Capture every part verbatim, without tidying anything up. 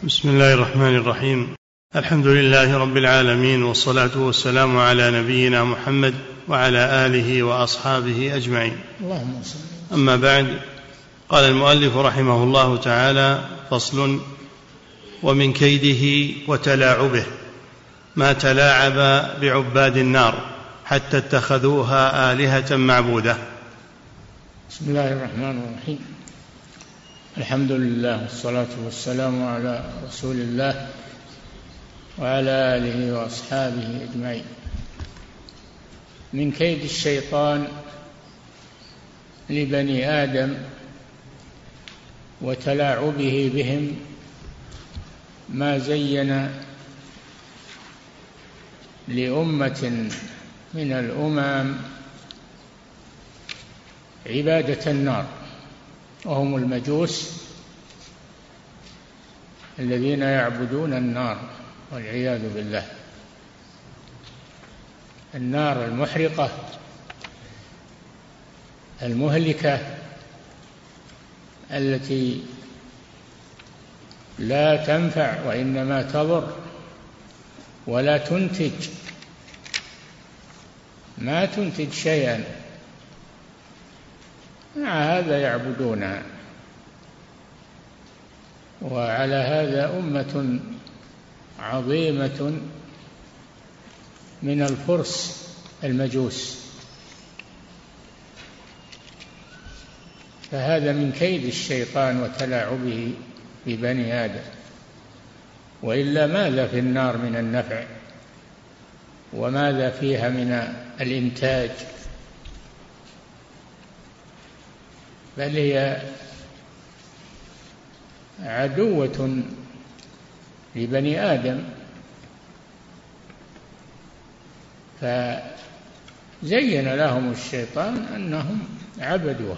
بسم الله الرحمن الرحيم. الحمد لله رب العالمين، والصلاة والسلام على نبينا محمد وعلى آله وأصحابه أجمعين. اللهم صل. أما بعد، قال المؤلف رحمه الله تعالى: فصل: ومن كيده وتلاعبه ما تلاعب بعباد النار حتى اتخذوها آلهة معبودة. بسم الله الرحمن الرحيم. الحمد لله والصلاة والسلام على رسول الله وعلى آله وأصحابه أجمعين. من كيد الشيطان لبني آدم وتلاعبه بهم ما زين لأمة من الأمم عبادة النار، وهم المجوس الذين يعبدون النار والعياذ بالله. النار المحرقة المهلكة التي لا تنفع وإنما تضر ولا تنتج، ما تنتج شيئا، مع هذا يعبدونها. وعلى هذا أمة عظيمة من الفرس المجوس، فهذا من كيد الشيطان وتلاعبه ببني آدم، وإلا ماذا في النار من النفع وماذا فيها من الإنتاج؟ بل هي عدوة لبني آدم، فزين لهم الشيطان أنهم عبدوها.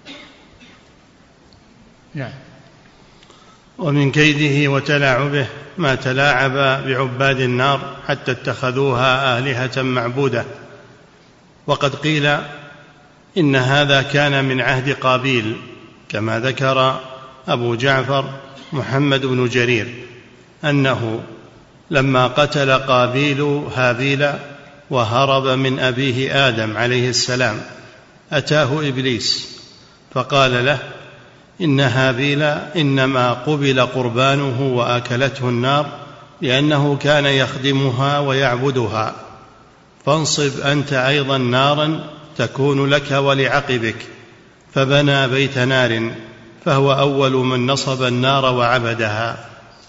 نعم. ومن كيده وتلاعبه ما تلاعب بعباد النار حتى اتخذوها آلهة معبودة. وقد قيل إن هذا كان من عهد قابيل، كما ذكر أبو جعفر محمد بن جرير أنه لما قتل قابيل هابيل وهرب من أبيه آدم عليه السلام أتاه إبليس فقال له: إن هابيل إنما قبل قربانه وأكلته النار لأنه كان يخدمها ويعبدها، فانصب أنت أيضا نارا تكون لك ولعقبك. فبنى بيت نار، فهو أول من نصب النار وعبدها.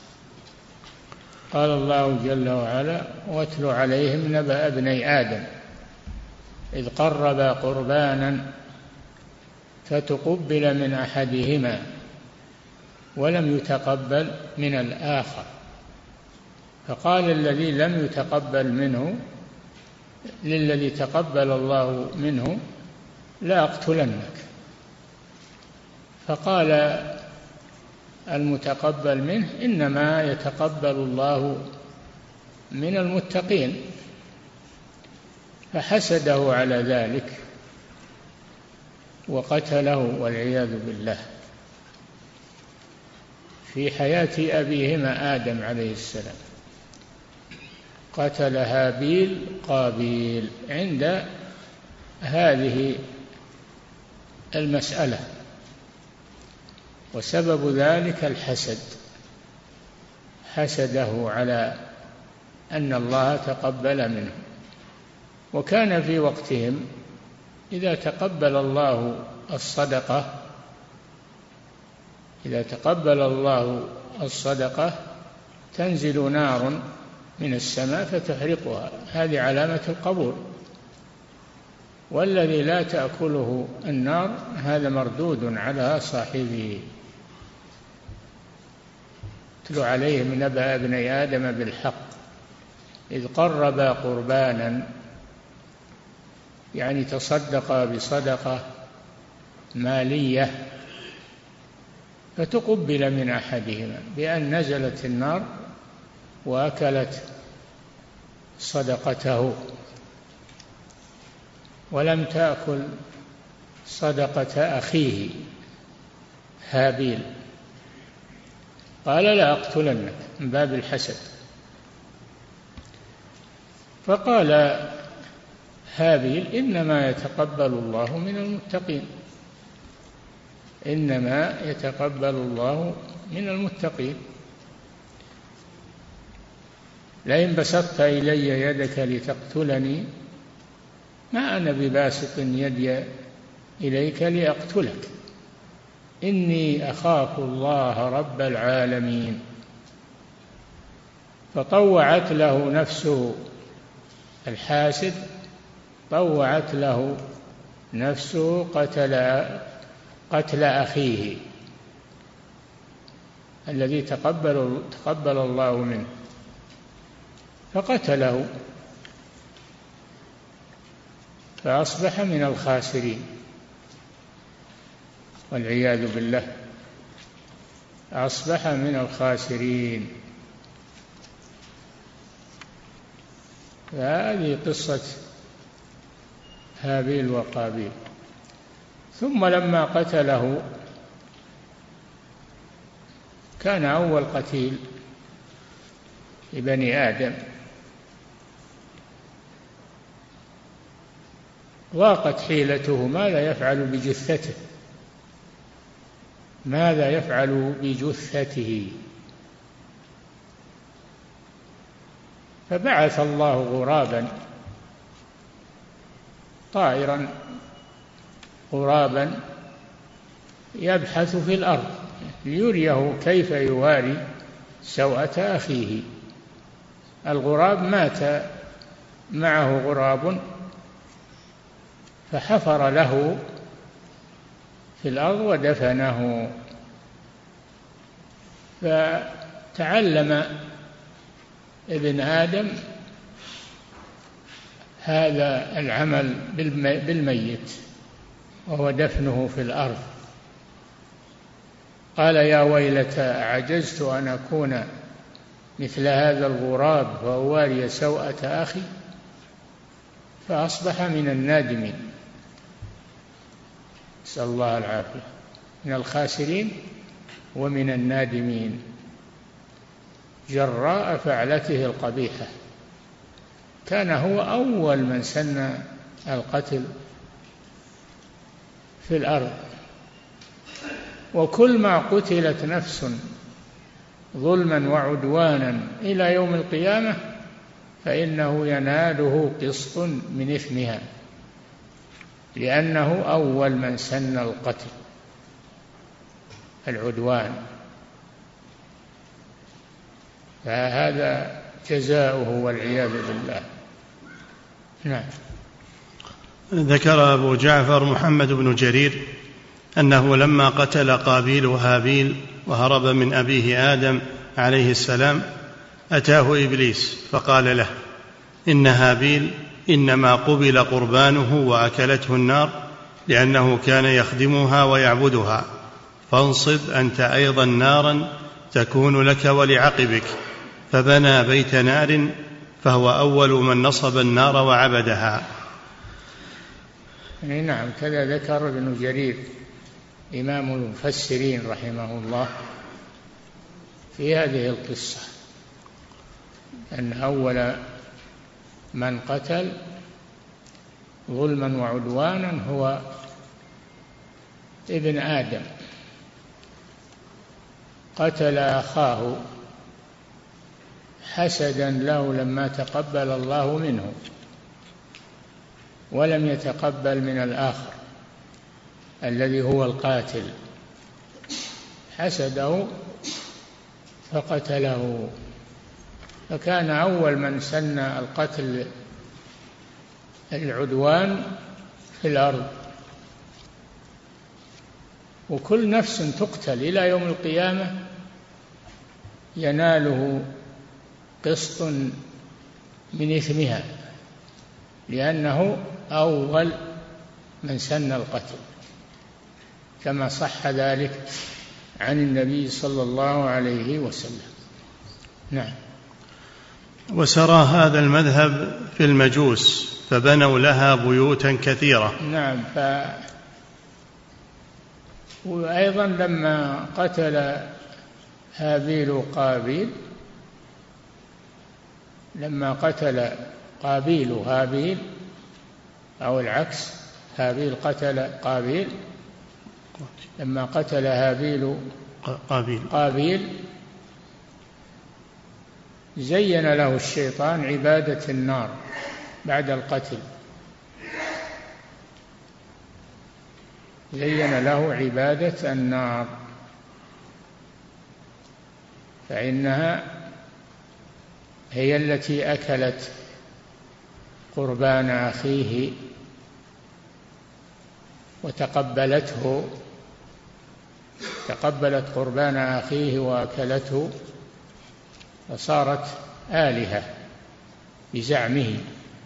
قال الله جل وعلا: واتل عليهم نبأ ابني آدم إذ قربا قربانا فتقبل من أحدهما ولم يتقبل من الآخر، فقال الذي لم يتقبل منه للذي تقبل الله منه: لا أقتلنك. فقال المتقبل منه: إنما يتقبل الله من المتقين، فحسده على ذلك وقتله والعياذ بالله في حياة أبيهما آدم عليه السلام. قتل هابيل قابيل عند هذه المسألة، وسبب ذلك الحسد، حسده على أن الله تقبل منه. وكان في وقتهم إذا تقبل الله الصدقة إذا تقبل الله الصدقة تنزل نار من السماء فتحرقها، هذه علامة القبول. والذي لا تأكله النار هذا مردود على صاحبه. اتل عليهم نبأ ابني آدم بالحق إذ قربا قربانا، يعني تصدقا بصدقة مالية فتقبل من أحدهما بأن نزلت النار وأكلت صدقته، ولم تأكل صدقة أخيه هابيل. قال لا أقتلنك من باب الحسد. فقال هابيل إنما يتقبل الله من المتقين، إنما يتقبل الله من المتقين، لئن بسطت إلي يدك لتقتلني ما أنا بباسط يدي إليك لأقتلك إني أخاف الله رب العالمين. فطوعت له نفسه الحاسد، طوعت له نفسه قتل قتل أخيه الذي تقبل تقبل الله منه، فقتله فأصبح من الخاسرين والعياذ بالله، أصبح من الخاسرين. هذه قصة هابيل وقابيل. ثم لما قتله كان أول قتيل لبني آدم، ضاقت حيلته ماذا يفعل بجثته، ماذا يفعل بجثته، فبعث الله غرابا طائرا غرابا يبحث في الأرض ليريه كيف يواري سوءة أخيه. الغراب مات معه غراب فحفر له في الأرض ودفنه. فتعلم ابن آدم هذا العمل بالميت وهو دفنه في الأرض. قال يا ويلتى أعجزت أن أكون مثل هذا الغراب وأواري سوءة أخي، فأصبح من النادمين، نسأل الله العافية، من الخاسرين ومن النادمين جراء فعلته القبيحة. كان هو أول من سن القتل في الأرض، وكل ما قتلت نفس ظلما وعدوانا إلى يوم القيامة فإنه يناله قسط من إثمها، لأنه أول من سن القتل العدوان، فهذا جزاؤه والعياذ بالله. نعم. ذكر أبو جعفر محمد بن جرير أنه لما قتل قابيل هابيل وهرب من أبيه آدم عليه السلام أتاه إبليس فقال له إن هابيل إنما قبل قربانه وأكلته النار لأنه كان يخدمها ويعبدها، فانصب أنت أيضا نارا تكون لك ولعقبك. فبنى بيت نار فهو أول من نصب النار وعبدها. نعم، كذا ذكر ابن جرير إمام المفسرين رحمه الله في هذه القصة أن أول من قتل ظلما وعدوانا هو ابن آدم، قتل أخاه حسدا له لما تقبل الله منه ولم يتقبل من الآخر الذي هو القاتل، حسده فقتله. فكان أول من سن القتل العدوان في الأرض، وكل نفس تقتل إلى يوم القيامة يناله قسط من إثمها، لأنه أول من سن القتل، كما صح ذلك عن النبي صلى الله عليه وسلم. نعم. وسرى هذا المذهب في المجوس فبنوا لها بيوتا كثيرة. نعم. ف... وأيضا لما قتل هابيل قابيل لما قتل قابيل هابيل، أو العكس، هابيل قتل قابيل، لما قتل هابيل قابيل, قابيل زين له الشيطان عبادة النار بعد القتل، زين له عبادة النار، فإنها هي التي أكلت قربان أخيه وتقبلته، تقبلت قربان أخيه وأكلته، فصارت آلهة بزعمه،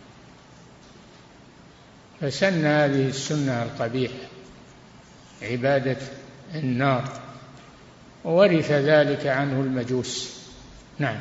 فسن هذه السنة القبيحة عبادة النار، وورث ذلك عنه المجوس. نعم.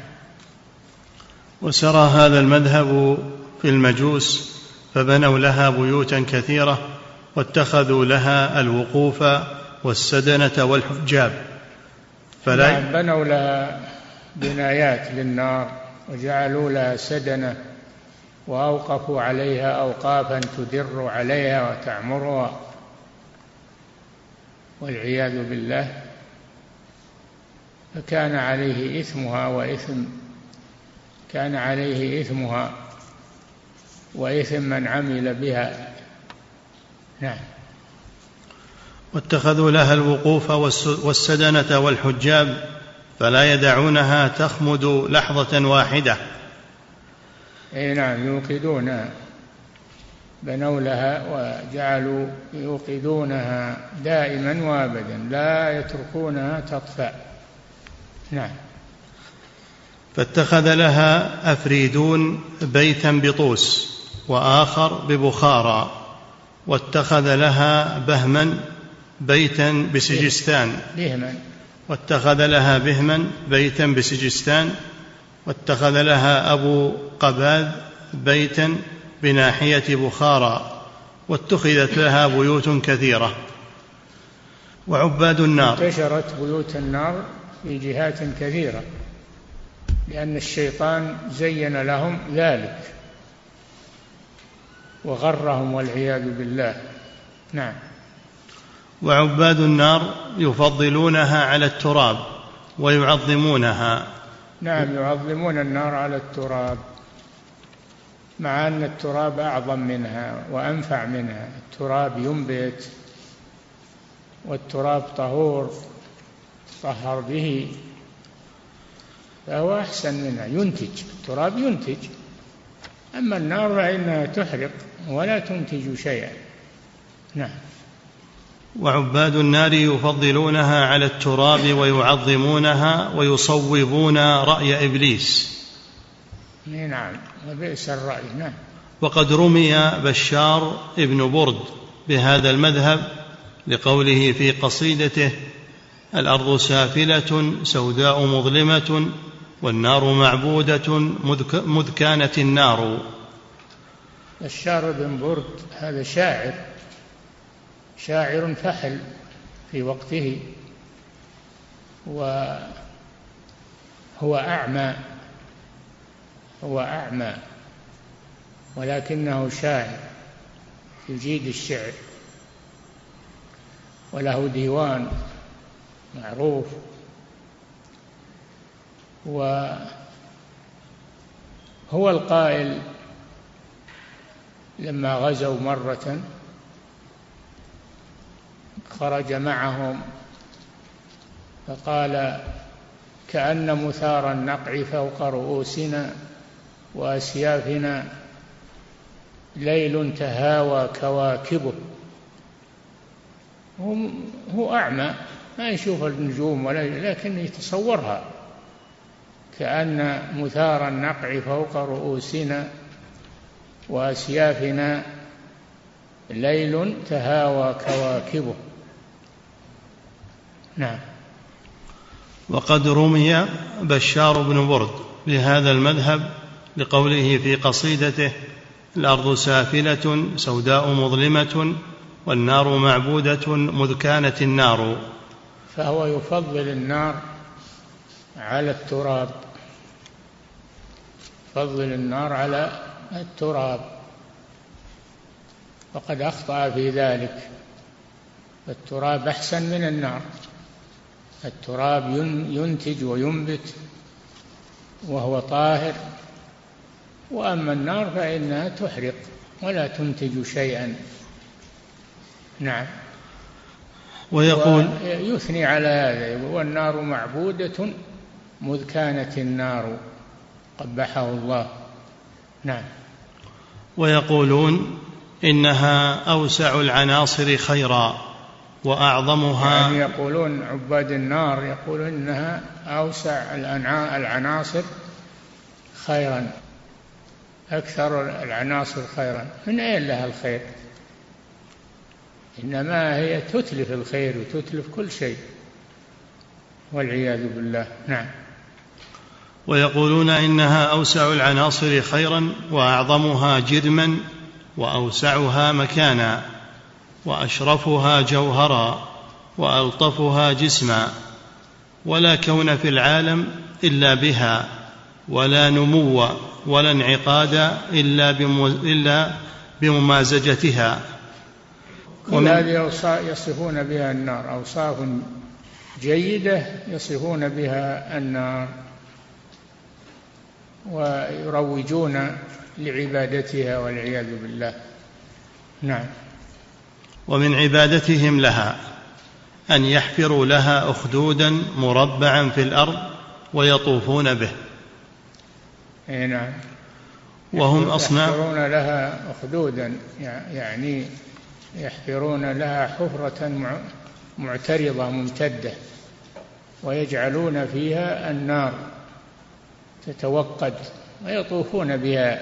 وسرى هذا المذهب في المجوس فبنوا لها بيوتا كثيرة واتخذوا لها الوقوف والسدنة والحجاب، فلا نعم، بنوا لها بنايات للنار وجعلوا لها سدنة وأوقفوا عليها أوقافا تدر عليها وتعمرها والعياذ بالله، فكان عليه إثمها وإثم كان عليه إثمها وإثم من عمل بها. نعم. واتخذوا لها الوقوف والسدنة والحجاب فلا يدعونها تخمد لحظة واحدة. أي نعم، يوقدونها، بنوا لها وجعلوا يوقدونها دائما وابدا، لا يتركونها تطفأ. نعم. فاتخذ لها أفريدون بيتا بطوس وآخر ببخارى، واتخذ لها بهما بيتا بسجستان بهما واتخذ لها بهما بيتا بسجستان واتخذ لها أبو قباد بيتا بناحية بخارى، واتخذت لها بيوت كثيرة. وعباد النار، انتشرت بيوت النار في جهات كثيرة لأن الشيطان زين لهم ذلك وغرهم والعياذ بالله. نعم. وعباد النار يفضلونها على التراب ويعظمونها. نعم، يعظمون النار على التراب، مع أن التراب أعظم منها وأنفع منها. التراب ينبت، والتراب طهور طهر به، فهو أحسن منها، ينتج، التراب ينتج. أما النار فإنها تحرق ولا تنتج شيئا. نعم. وعباد النار يفضلونها على التراب ويعظمونها ويصوبون رأي إبليس. نعم، وبئس الرأي. نعم. وقد رمي بشار ابن برد بهذا المذهب لقوله في قصيدته: الأرض سافلة سوداء مظلمة والنار معبودة مذ كانت النار. بشار بن برد هذا شاعر شاعر فحل في وقته، وهو أعمى هو أعمى ولكنه شاعر يجيد الشعر، وله ديوان معروف. وهو القائل لما غزوا مرة خرج معهم فقال: كأن مثار النقع فوق رؤوسنا وأسيافنا ليل تهاوى كواكبه. هو أعمى ما يشوف النجوم ولا، لكن يتصورها: كأن مثار النقع فوق رؤوسنا وأسيافنا ليل تهاوى كواكبه. نعم. وقد رمي بشار بن برد بهذا المذهب لقوله في قصيدته: الأرض سافلة سوداء مظلمة والنار معبودة مذ كانت النار. فهو يفضل النار على التراب، فضل النار على التراب، وقد أخطأ في ذلك. التراب أحسن من النار، التراب ينتج وينبت وهو طاهر، وأما النار فإنها تحرق ولا تنتج شيئا. نعم. ويقول يثني على هذا، والنار معبودة مذ كانت النار، قبحه الله. نعم. ويقولون إنها أوسع العناصر خيرا وأعظمها، يعني يقولون عباد النار يقولون إنها أوسع العناصر خيرا، أكثر العناصر خيرا. من أين لها الخير؟ إنما هي تتلف الخير وتتلف كل شيء، والعياذ بالله. نعم. ويقولون إنها أوسع العناصر خيرا وأعظمها جرما وأوسعها مكانا وأشرفها جوهرا وألطفها جسما، ولا كون في العالم إلا بها، ولا نمو ولا انعقاد إلا بممازجتها. كل هذه يصفون بها النار، أوصاف جيدة يصفون بها النار ويروجون لعبادتها والعياذ بالله. نعم. ومن عبادتهم لها أن يحفروا لها أخدودا مربعا في الأرض ويطوفون به. نعم. وهم أصنام يحفرون لها أخدودا، يعني يحفرون لها حفرة معترضة ممتدة، ويجعلون فيها النار تتوقد ويطوفون بها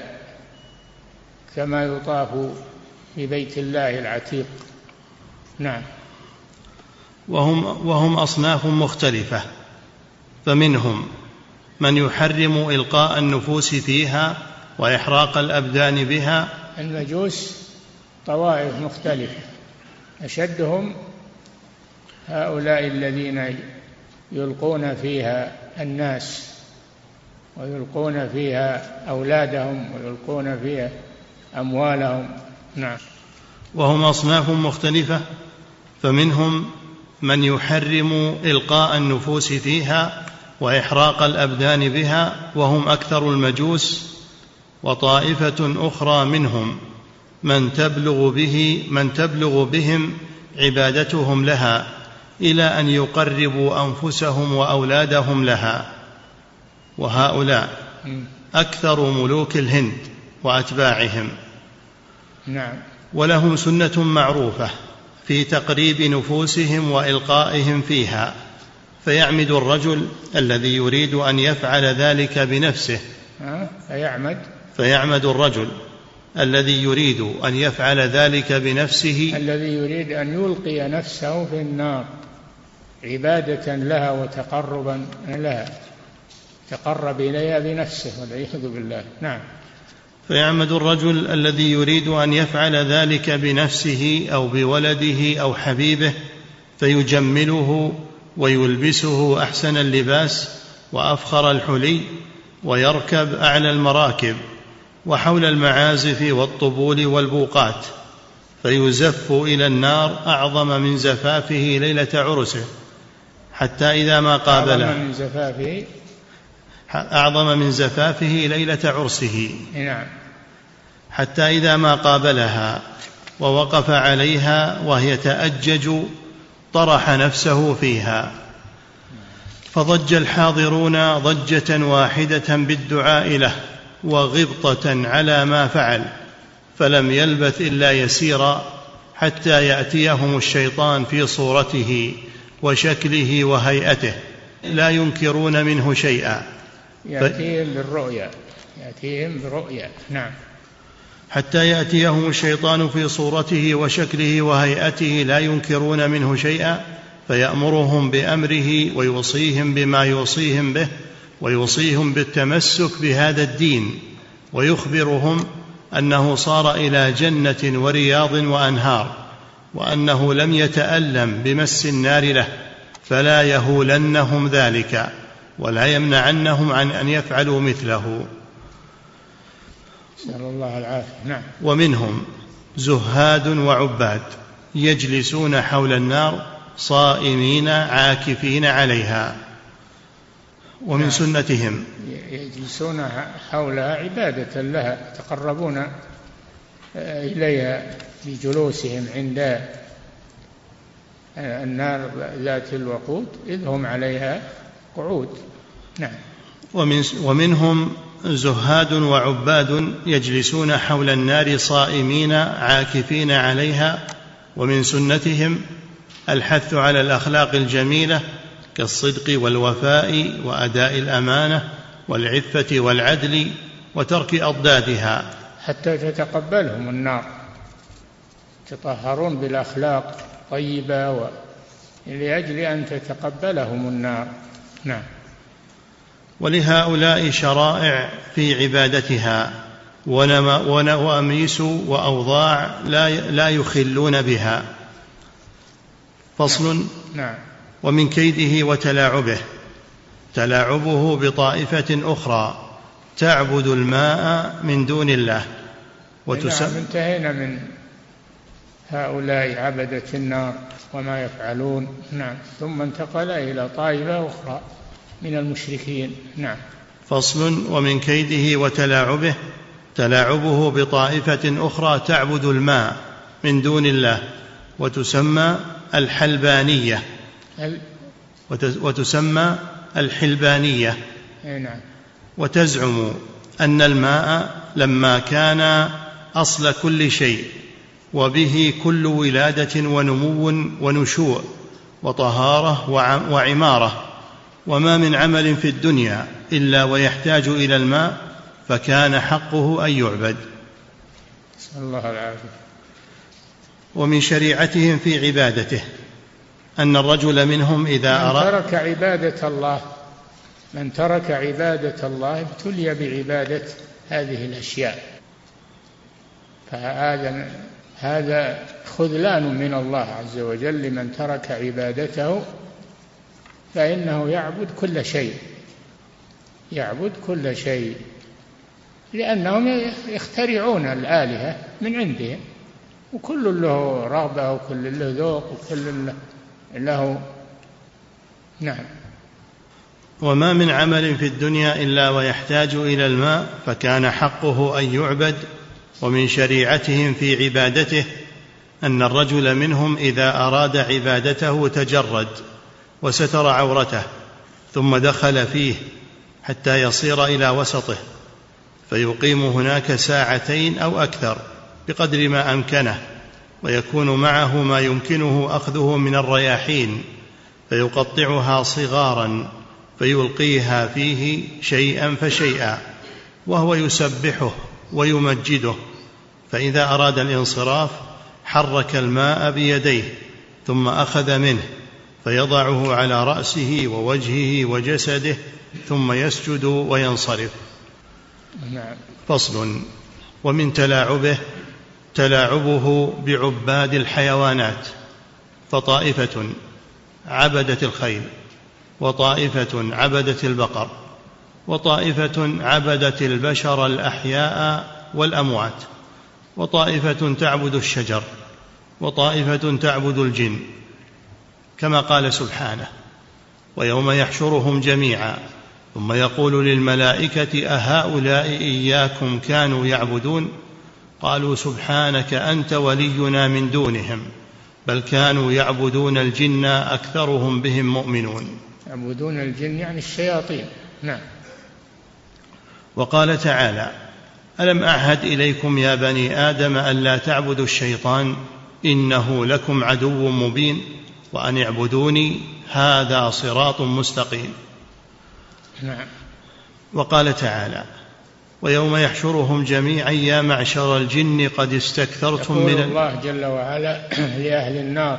كما يطاف في بيت الله العتيق. نعم. وهم, وهم أصناف مختلفة، فمنهم من يحرم إلقاء النفوس فيها وإحراق الأبدان بها. المجوس طوائف مختلفة، أشدهم هؤلاء الذين يلقون فيها الناس ويلقون فيها أولادهم ويلقون فيها أموالهم. نعم. وهم أصناف مختلفة، فمنهم من يحرم إلقاء النفوس فيها وإحراق الأبدان بها، وهم أكثر المجوس. وطائفة أخرى منهم من تبلغ به من تبلغ بهم عبادتهم لها إلى أن يقربوا أنفسهم وأولادهم لها، وهؤلاء أكثر ملوك الهند وأتباعهم. نعم. ولهم سنة معروفة في تقريب نفوسهم وإلقائهم فيها، فيعمد الرجل الذي يريد أن يفعل ذلك بنفسه فيعمد فيعمد الرجل الذي يريد أن يفعل ذلك بنفسه الذي يريد أن يلقي نفسه في النار عبادة لها وتقربا لها، تقرب إليها بنفسه والعياذ بالله. نعم. فيعمد الرجل الذي يريد أن يفعل ذلك بنفسه أو بولده أو حبيبه، فيجمله ويلبسه أحسن اللباس وأفخر الحلي، ويركب أعلى المراكب وحول المعازف والطبول والبوقات، فيزف إلى النار أعظم من زفافه ليلة عرسه، حتى إذا ما قابله أعظم من زفافه أعظم من زفافه ليلة عرسه. نعم. حتى إذا ما قابلها ووقف عليها وهي تأجج طرح نفسه فيها، فضج الحاضرون ضجة واحدة بالدعاء له وغبطة على ما فعل، فلم يلبث إلا يسيرا حتى يأتيهم الشيطان في صورته وشكله وهيئته لا ينكرون منه شيئا. يأتيهم بالرؤيا يأتيهم برؤيا. نعم. حتى يأتيهم الشيطان في صورته وشكله وهيئته لا ينكرون منه شيئا، فيأمرهم بأمره ويوصيهم بما يوصيهم به، ويوصيهم بالتمسك بهذا الدين، ويخبرهم أنه صار إلى جنة ورياض وأنهار، وأنه لم يتألم بمس النار له، فلا يهولنهم ذلك، ولا يمنعنهم عن أن يفعلوا مثله. نسأل الله العافية. نعم. ومنهم زهاد وعباد يجلسون حول النار صائمين عاكفين عليها. ومن نعم. سنتهم يجلسون حولها عبادة لها، يتقربون إليها بجلوسهم عند النار ذات الوقود إذ هم عليها قعود. نعم. ومن ومنهم زهاد وعباد يجلسون حول النار صائمين عاكفين عليها. ومن سنتهم الحث على الأخلاق الجميلة كالصدق والوفاء وأداء الأمانة والعفة والعدل وترك أضدادها حتى تتقبلهم النار، يتطهرون بالأخلاق طيبة لأجل أن تتقبلهم النار. نعم. ولهؤلاء شرائع في عبادتها وأميس وأوضاع لا يخلون بها. فصل. نعم. ومن كيده وتلاعبه تلاعبه بطائفة أخرى تعبد الماء من دون الله وتسمى. نعم. انتهينا من هؤلاء عبدة النار وما يفعلون. نعم. ثم انتقل إلى طائفة أخرى من المشركين. نعم. فصل. ومن كيده وتلاعبه تلاعبه بطائفة أخرى تعبد الماء من دون الله وتسمى الحلبانية وتسمى الحلبانية. نعم. وتزعم أن الماء لما كان أصل كل شيء وبه كل ولادة ونمو ونشوء وطهارة وعمارة، وما من عمل في الدنيا إلا ويحتاج إلى الماء، فكان حقه أن يعبد. نسأل الله العافية. ومن شريعتهم في عبادته أن الرجل منهم إذا أراد من ترك عبادة الله من ترك عبادة الله ابتلي بعبادة هذه الأشياء، فهذا هذا خذلان من الله عز وجل لمن ترك عبادته، فإنه يعبد كل شيء يعبد كل شيء لأنهم يخترعون الآلهة من عندهم، وكل له رغبة وكل له ذوق وكل له. نعم. وما من عمل في الدنيا إلا ويحتاج إلى الماء، فكان حقه أن يعبد. ومن شريعتهم في عبادته أن الرجل منهم إذا أراد عبادته تجرد وستر عورته ثم دخل فيه حتى يصير إلى وسطه فيقيم هناك ساعتين أو أكثر بقدر ما أمكنه، ويكون معه ما يمكنه أخذه من الرياحين فيقطعها صغارا فيلقيها فيه شيئا فشيئا وهو يسبحه ويمجده، فإذا أراد الانصراف حرك الماء بيديه ثم أخذ منه فيضعه على رأسه ووجهه وجسده ثم يسجد وينصرف. فصل. ومن تلاعبه تلاعبه بعباد الحيوانات، فطائفة عبدت الخيل، وطائفة عبدت البقر، وطائفة عبدت البشر الأحياء والأموات، وطائفة تعبد الشجر، وطائفة تعبد الجن، كما قال سبحانه: ويوم يحشرهم جميعا ثم يقول للملائكة أهؤلاء إياكم كانوا يعبدون قالوا سبحانك أنت ولينا من دونهم بل كانوا يعبدون الجن أكثرهم بهم مؤمنون. يعبدون الجن يعني الشياطين. نعم. وقال تعالى: ألم أعهد إليكم يا بني آدم ألا تعبدوا الشيطان إنه لكم عدو مبين وأن اعبدوني هذا صراط مستقيم. نعم. وقال تعالى: ويوم يحشرهم جميعا يا معشر الجن قد استكثرتم من الله جل وعلا لأهل النار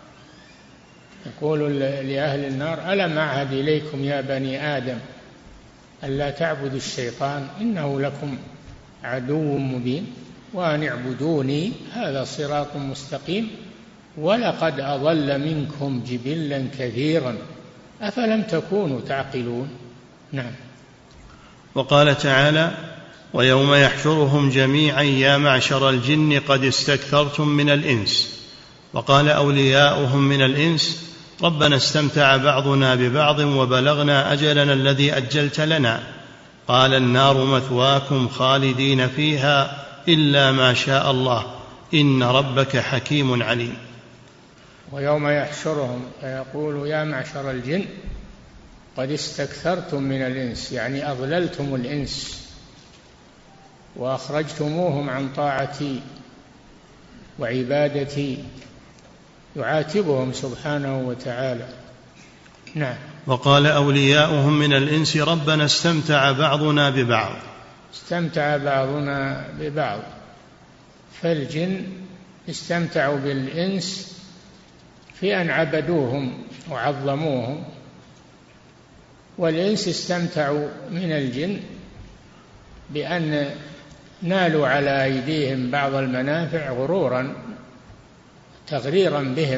يقول لأهل النار: ألم أعهد إليكم يا بني آدم ألا تعبدوا الشيطان إنه لكم عدو مبين وأن اعبدوني هذا صراط مستقيم ولقد أضل منكم جبلا كثيرا أفلم تكونوا تعقلون. نعم. وقال تعالى: ويوم يحشرهم جميعا يا معشر الجن قد استكثرتم من الإنس. وقال أولياؤهم من الإنس: ربنا استمتع بعضنا ببعض وبلغنا أجلنا الذي أجلت لنا. قال النار مثواكم خالدين فيها إلا ما شاء الله إن ربك حكيم عليم. ويوم يحشرهم فيقول: يا معشر الجن قد استكثرتم من الإنس، يعني أضللتم الإنس وأخرجتموهم عن طاعتي وعبادتي، يعاتبهم سبحانه وتعالى. نعم. وقال أولياؤهم من الإنس: ربنا استمتع بعضنا ببعض. استمتع بعضنا ببعض، فالجن استمتعوا بالإنس في أن عبدوهم وعظموهم، والإنس استمتعوا من الجن بأن نالوا على أيديهم بعض المنافع غرورا تغريرا بهم،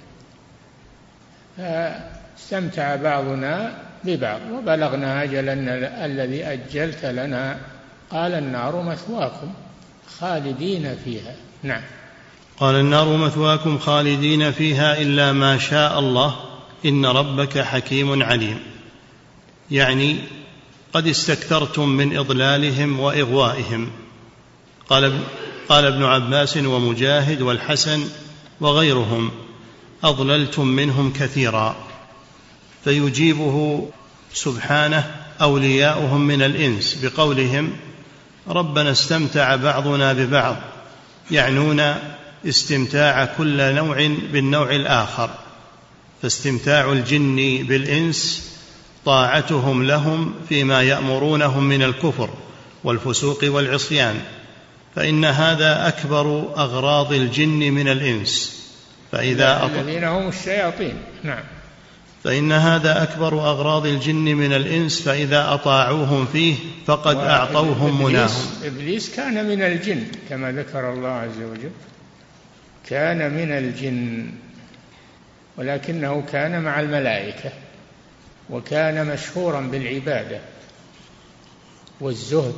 فاستمتع بعضنا ببعض وبلغنا أجلنا الذي أجلت لنا. قال النار مثواكم خالدين فيها. نعم. قال النار مثواكم خالدين فيها إلا ما شاء الله إن ربك حكيم عليم، يعني قد استكثرتم من إضلالهم وإغوائهم. قال قال ابن عباس ومجاهد والحسن وغيرهم: أضللتم منهم كثيرا. فيجيبه سبحانه أولياؤهم من الإنس بقولهم: ربنا استمتع بعضنا ببعض، يعنون استمتاع كل نوع بالنوع الآخر. فاستمتاع الجن بالإنس طاعتهم لهم فيما يأمرونهم من الكفر والفسوق والعصيان، فإن هذا أكبر أغراض الجن من الإنس. فإذا الذين هم الشياطين. نعم. فإن هذا أكبر أغراض الجن من الإنس، فإذا أطاعوهم فيه فقد أعطوهم مناهم. إبليس كان من الجن كما ذكر الله عز وجل، كان من الجن، ولكنه كان مع الملائكة، وكان مشهورا بالعبادة والزهد،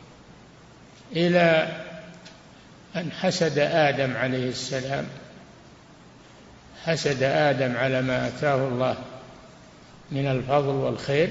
إلى أن حسد آدم عليه السلام، حسد آدم على ما آتاه الله من الفضل والخير،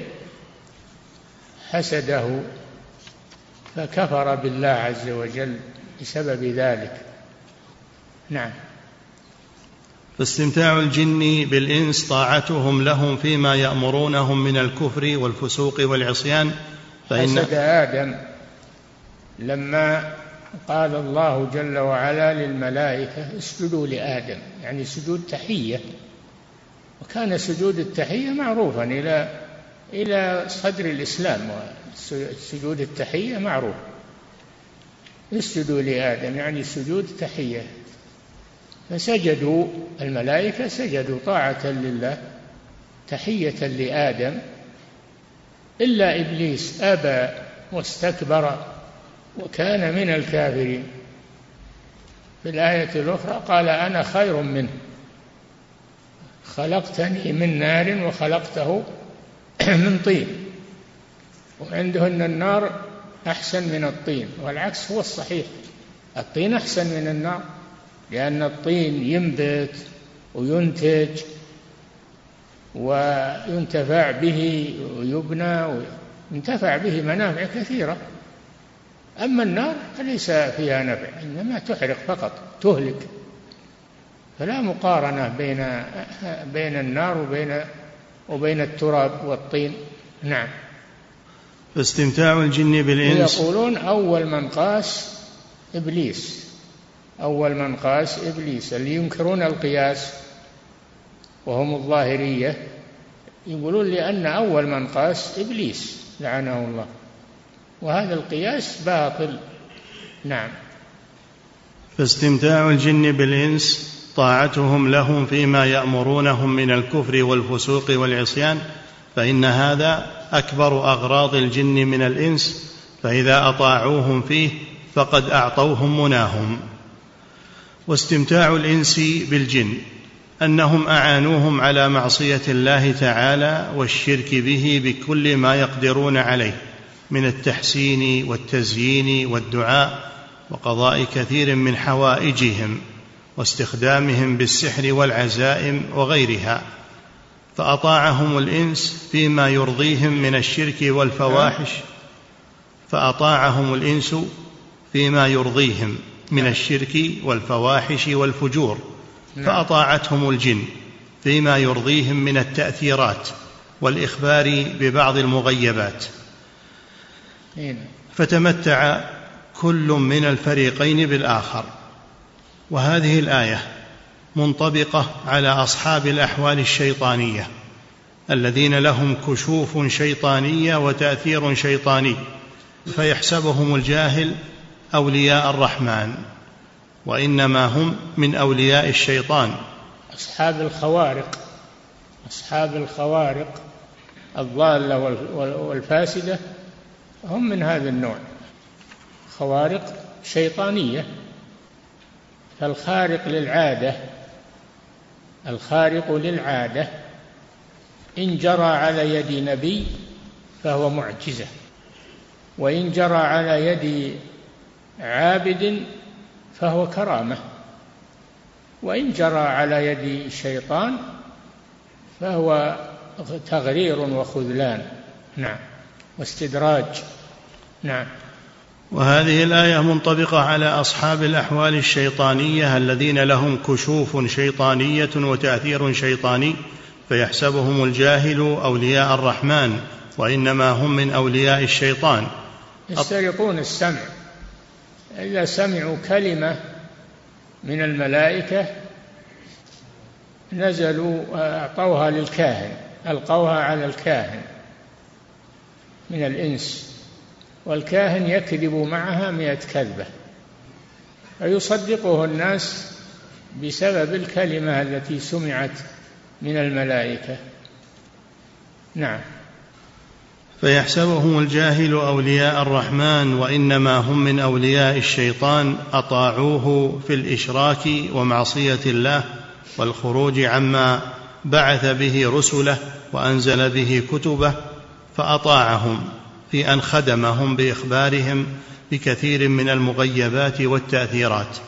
حسده فكفر بالله عز وجل بسبب ذلك. نعم. فاستمتاع الجن بالإنس طاعتهم لهم فيما يأمرونهم من الكفر والفسوق والعصيان. فإن حسد آدم لما قال الله جل وعلا للملائكة اسجدوا لآدم، يعني سجود تحية، وكان سجود التحية معروفا إلى إلى صدر الإسلام، وسجود التحية معروف. اسجدوا لآدم يعني سجود تحية، فسجدوا الملائكة، سجدوا طاعة لله تحية لآدم، إلا إبليس أبى واستكبر وكان من الكافرين. في الآية الأخرى قال أنا خير منه خلقتني من نار وخلقته من طين، وعنده أن النار أحسن من الطين، والعكس هو الصحيح، الطين أحسن من النار، لأن الطين ينبت وينتج وينتفع به ويبنى وينتفع به منافع كثيرة، أما النار فليس فيها نفع، إنما تحرق فقط تهلك، فلا مقارنة بين بين النار وبين وبين التراب والطين. نعم. فاستمتاع الجن بالإنس، يقولون أول من قاس إبليس، أول من قاس إبليس، اللي ينكرون القياس وهم الظاهرية يقولون لأن أول من قاس إبليس لعنه الله، وهذا القياس باطل. نعم. فاستمتاع الجن بالإنس طاعتهم لهم فيما يأمرونهم من الكفر والفسوق والعصيان، فإن هذا أكبر أغراض الجن من الإنس، فإذا أطاعوهم فيه فقد أعطوهم مناهم. واستمتاع الإنس بالجن أنهم أعانوهم على معصية الله تعالى والشرك به بكل ما يقدرون عليه من التحسين والتزيين والدعاء وقضاء كثير من حوائجهم واستخدامهم بالسحر والعزائم وغيرها، فأطاعهم الإنس فيما يرضيهم من الشرك والفواحش فأطاعهم الإنس فيما يرضيهم من الشرك والفواحش والفجور، فأطاعتهم الجن فيما يرضيهم من التأثيرات والإخبار ببعض المغيبات، فتمتع كل من الفريقين بالآخر. وهذه الآية منطبقة على أصحاب الأحوال الشيطانية الذين لهم كشوف شيطانية وتأثير شيطاني، فيحسبهم الجاهل أولياء الرحمن وإنما هم من أولياء الشيطان. أصحاب الخوارق أصحاب الخوارق الضالة والفاسدة هم من هذا النوع، خوارق شيطانية. فالخارق للعادة الخارق للعادة إن جرى على يد نبي فهو معجزة، وإن جرى على يد عابد فهو كرامة، وإن جرى على يد الشيطان فهو تغرير وخذلان نعم واستدراج. نعم. وهذه الآية منطبقة على أصحاب الأحوال الشيطانية الذين لهم كشوف شيطانية وتأثير شيطاني، فيحسبهم الجاهل أولياء الرحمن وإنما هم من أولياء الشيطان. يسترقون السمع، إذا سمعوا كلمة من الملائكة نزلوا أعطوها للكاهن، ألقوها على الكاهن من الإنس، والكاهن يكذب معها مئة كذبة، فيصدقه الناس بسبب الكلمة التي سمعت من الملائكة. نعم. فيحسبهم الجاهل أولياء الرحمن وإنما هم من أولياء الشيطان، أطاعوه في الإشراك ومعصية الله والخروج عما بعث به رسله وأنزل به كتبه، فأطاعهم في أن خدمهم بإخبارهم بكثير من المغيبات والتأثيرات.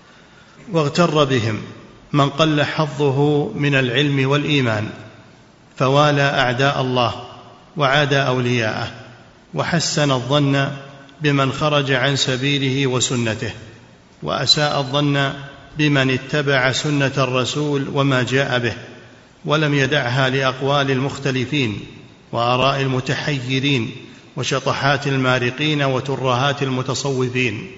واغتر بهم من قل حظه من العلم والإيمان، فوالى أعداء الله وعاد أولياءه، وحسن الظن بمن خرج عن سبيله وسنته، وأساء الظن بمن اتبع سنة الرسول وما جاء به، ولم يدعها لأقوال المختلفين وآراء المتحيرين وشطحات المارقين وترهات المتصوفين.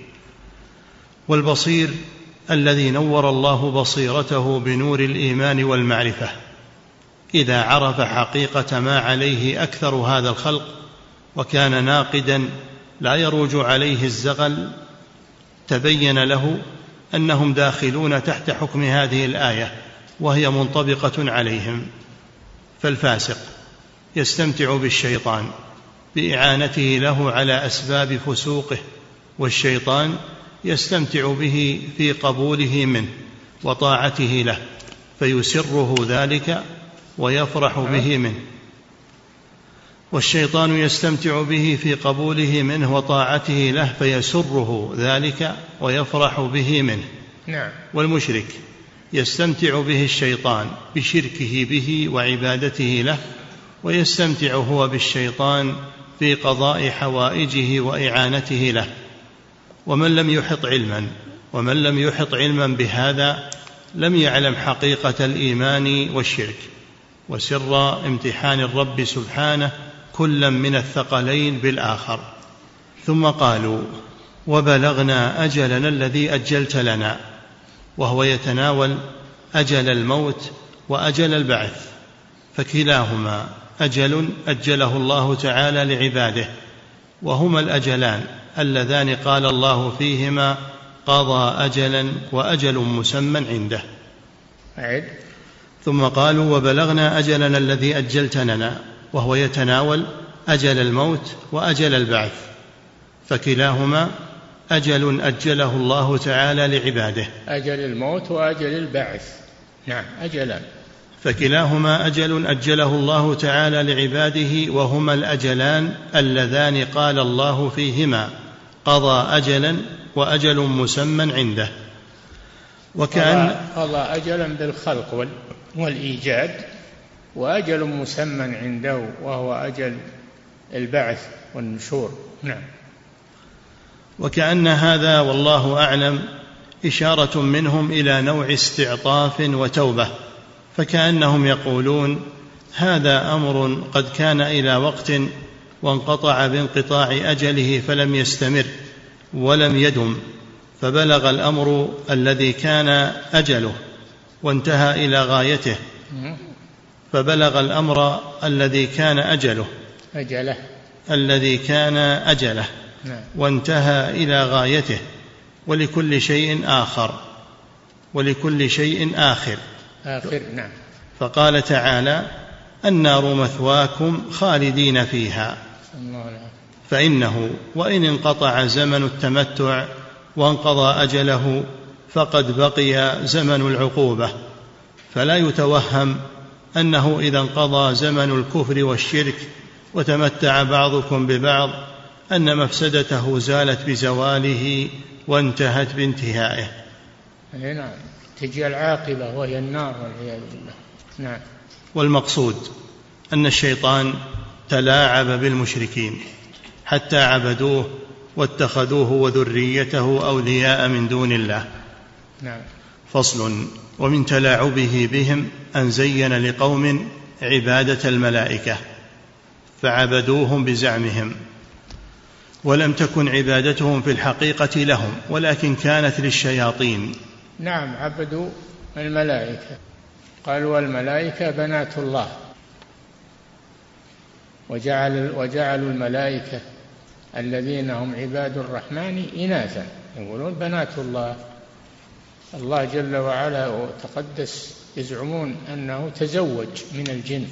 والبصير الذي نور الله بصيرته بنور الإيمان والمعرفة إذا عرف حقيقة ما عليه أكثر هذا الخلق وكان ناقدا لا يروج عليه الزغل، تبين له أنهم داخلون تحت حكم هذه الآية وهي منطبقة عليهم. فالفاسق يستمتع بالشيطان بإعانته له على أسباب فسوقه، والشيطان يستمتع به في قبوله منه وطاعته له فيسره ذلك ويفرح به منه، والشيطان يستمتع به في قبوله منه وطاعته له فيسره ذلك ويفرح به منه. نعم. والمشرك يستمتع به الشيطان بشركه به وعبادته له، ويستمتع هو بالشيطان في قضاء حوائجه وإعانته له. ومن لم يحط علما ومن لم يحط علما بهذا لم يعلم حقيقة الإيمان والشرك وسر امتحان الرب سبحانه كلا من الثقلين بالآخر. ثم قالوا وبلغنا أجلنا الذي أجلت لنا، وهو يتناول أجل الموت وأجل البعث، فكلاهما أجل أجله الله تعالى لعباده، وهما الأجلان اللذان قال الله فيهما قضى أجلا وأجل مسمى عنده. عد. ثم قالوا وبلغنا أجلنا الذي أجلت لنا، وهو يتناول أجل الموت وأجل البعث، فكلاهما أجل أجله الله تعالى لعباده. أجل الموت وأجل البعث. نعم أجلان. فكلاهما أجل أجله الله تعالى لعباده، وهما الأجلان اللذان قال الله فيهما قضى أجلا وأجل مسمى عنده. وكأن قضى أجلا بالخلق والإيجاد، وأجل مسمى عنده وهو أجل البعث والنشور. نعم. وكأن هذا والله أعلم إشارة منهم إلى نوع استعطاف وتوبة، فكأنهم يقولون هذا أمر قد كان إلى وقت وانقطع بانقطاع أجله فلم يستمر ولم يدم، فبلغ الأمر الذي كان أجله وانتهى إلى غايته فبلغ الأمر الذي كان أجله أجله الذي كان أجله وانتهى إلى غايته، ولكل شيء آخر ولكل شيء آخر آخر. نعم. فقال تعالى النار مثواكم خالدين فيها، فإنه وإن انقطع زمن التمتع وانقضى أجله فقد بقي زمن العقوبة، فلا يتوهم أنه إذا انقضى زمن الكفر والشرك وتمتع بعضكم ببعض أن مفسدته زالت بزواله وانتهت بانتهائه. نعم، تجي العاقبة وهي النار والعياذ بالله. نعم. والمقصود أن الشيطان تلاعب بالمشركين حتى عبدوه واتخذوه وذريته أولياء من دون الله. نعم. فصل. ومن تلاعبه بهم أن زين لقوم عبادة الملائكة فعبدوهم بزعمهم، ولم تكن عبادتهم في الحقيقة لهم ولكن كانت للشياطين. نعم، عبدوا الملائكة، قالوا الملائكة بنات الله، وجعل وجعلوا الملائكة الذين هم عباد الرحمن إناثا، يقولون بنات الله. الله جل وعلا وتقدس يزعمون أنه تزوج من الجن،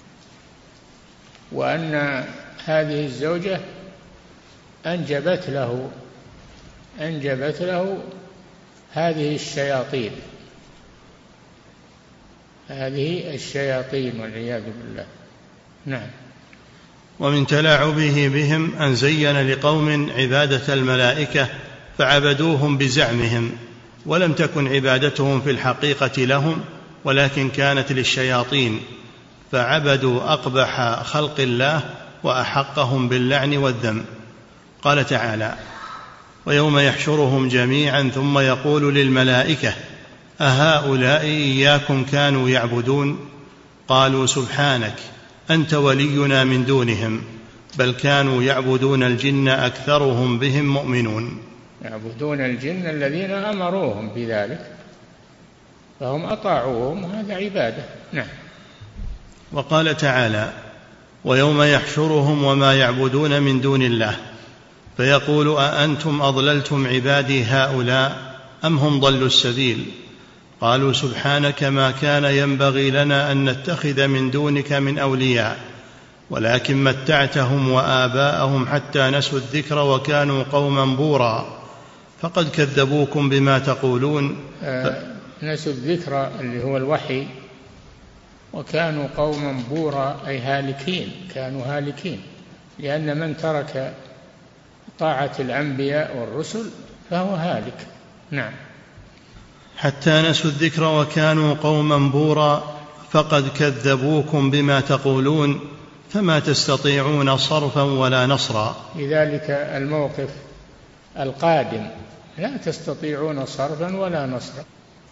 وأن هذه الزوجة أنجبت له أنجبت له هذه الشياطين هذه الشياطين والعياذ بالله. نعم. ومن تلاعبه بهم أن زين لقوم عبادة الملائكة فعبدوهم بزعمهم، ولم تكن عبادتهم في الحقيقة لهم ولكن كانت للشياطين، فعبدوا أقبح خلق الله وأحقهم باللعن والذم. قال تعالى ويوم يحشرهم جميعا ثم يقول للملائكة أهؤلاء إياكم كانوا يعبدون قالوا سبحانك أنت ولينا من دونهم بل كانوا يعبدون الجن أكثرهم بهم مؤمنون. يعبدون الجن الذين أمروهم بذلك فهم أطاعوهم، هذا عبادة. نعم. وقال تعالى ويوم يحشرهم وما يعبدون من دون الله فيقول أأنتم أضللتم عبادي هؤلاء أم هم ضلوا السبيل قالوا سبحانك ما كان ينبغي لنا أن نتخذ من دونك من أولياء ولكن متعتهم وآباءهم حتى نسوا الذكر وكانوا قوما بورا فقد كذبوكم بما تقولون. آه نسوا الذكر اللي هو الوحي، وكانوا قوما بورا أي هالكين، كانوا هالكين، لأن من ترك طاعة الأنبياء والرسل فهو هالك. نعم. حتى نسوا الذكر وكانوا قوما بورا فقد كذبوكم بما تقولون فما تستطيعون صرفا ولا نصرا. لذلك الموقف القادم لا تستطيعون صرفا ولا نصرا،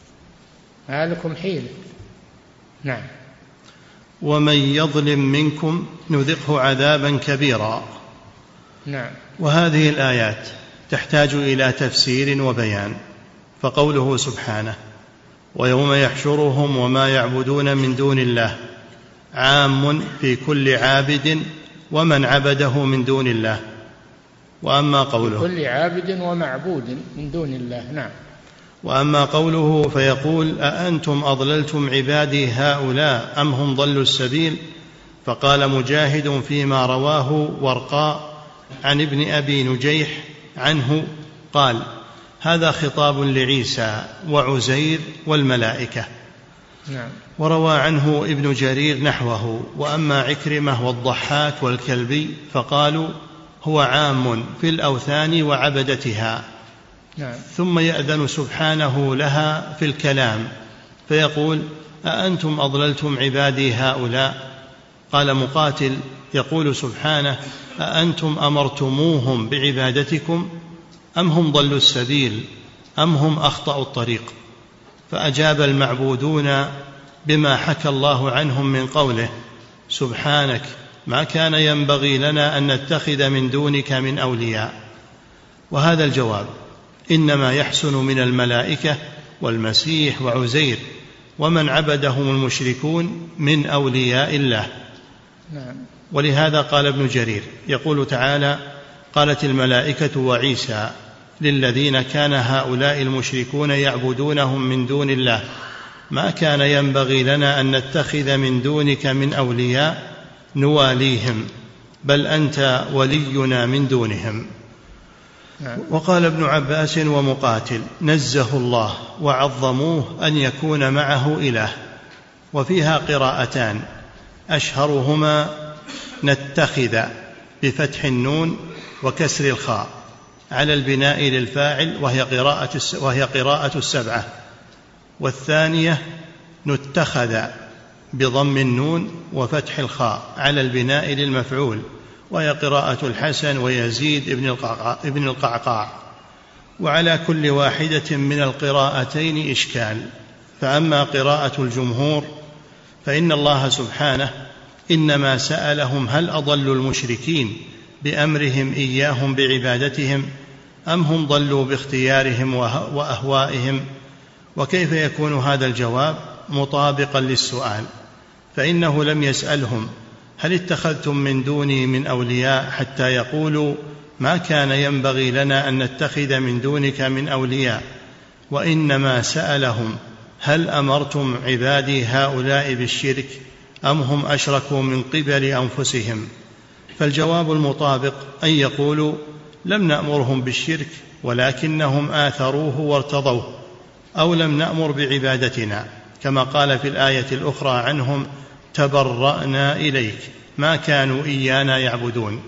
ما لكم حيلة. نعم. ومن يظلم منكم نذقه عذابا كبيرا. نعم. وهذه الآيات تحتاج إلى تفسير وبيان. فقوله سبحانه ويوم يحشرهم وما يعبدون من دون الله عام في كل عابد ومن عبده من دون الله. وأما قوله كل عابد ومعبود من دون الله. نعم. وأما قوله فيقول أأنتم أضللتم عبادي هؤلاء أم هم ضلوا السبيل فقال مجاهد فيما رواه ورقاء عن ابن أبي نجيح عنه قال هذا خطاب لعيسى وعزير والملائكة، نعم. وروى عنه ابن جرير نحوه. وأما عكرمة والضحاك والكلبي فقالوا هو عام في الأوثان وعبدتها. نعم. ثم يأذن سبحانه لها في الكلام فيقول أأنتم أضللتم عبادي هؤلاء؟ قال مقاتل يقول سبحانه أأنتم أمرتموهم بعبادتكم أم هم ضلوا السبيل أم هم أخطأوا الطريق؟ فأجاب المعبودون بما حكى الله عنهم من قوله سبحانك ما كان ينبغي لنا أن نتخذ من دونك من أولياء. وهذا الجواب إنما يحسن من الملائكة والمسيح وعزير ومن عبدهم المشركون من أولياء الله. نعم. ولهذا قال ابن جرير يقول تعالى قالت الملائكة وعيسى للذين كان هؤلاء المشركون يعبدونهم من دون الله ما كان ينبغي لنا أن نتخذ من دونك من أولياء نواليهم بل أنت ولينا من دونهم. وقال ابن عباس ومقاتل نزه الله وعظموه أن يكون معه إله. وفيها قراءتان أشهرهما نتخذ بفتح النون وكسر الخاء على البناء للفاعل وهي قراءة, وهي قراءة السبعة، والثانية نتخذ بضم النون وفتح الخاء على البناء للمفعول وهي قراءة الحسن ويزيد ابن القعقاع. وعلى كل واحدة من القراءتين إشكال. فأما قراءة الجمهور فإن الله سبحانه إنما سألهم هل أضلوا المشركين بأمرهم إياهم بعبادتهم أم هم ضلوا باختيارهم وأهوائهم. وكيف يكون هذا الجواب مطابقا للسؤال؟ فإنه لم يسألهم هل اتخذتم من دوني من أولياء حتى يقولوا ما كان ينبغي لنا أن نتخذ من دونك من أولياء، وإنما سألهم هل أمرتم عبادي هؤلاء بالشرك أم هم أشركوا من قبل أنفسهم. فالجواب المطابق أن يقولوا لم نأمرهم بالشرك ولكنهم آثروه وارتضوه، أو لم نأمر بعبادتنا كما قال في الآية الأخرى عنهم تبرأنا إليك ما كانوا إيانا يعبدون.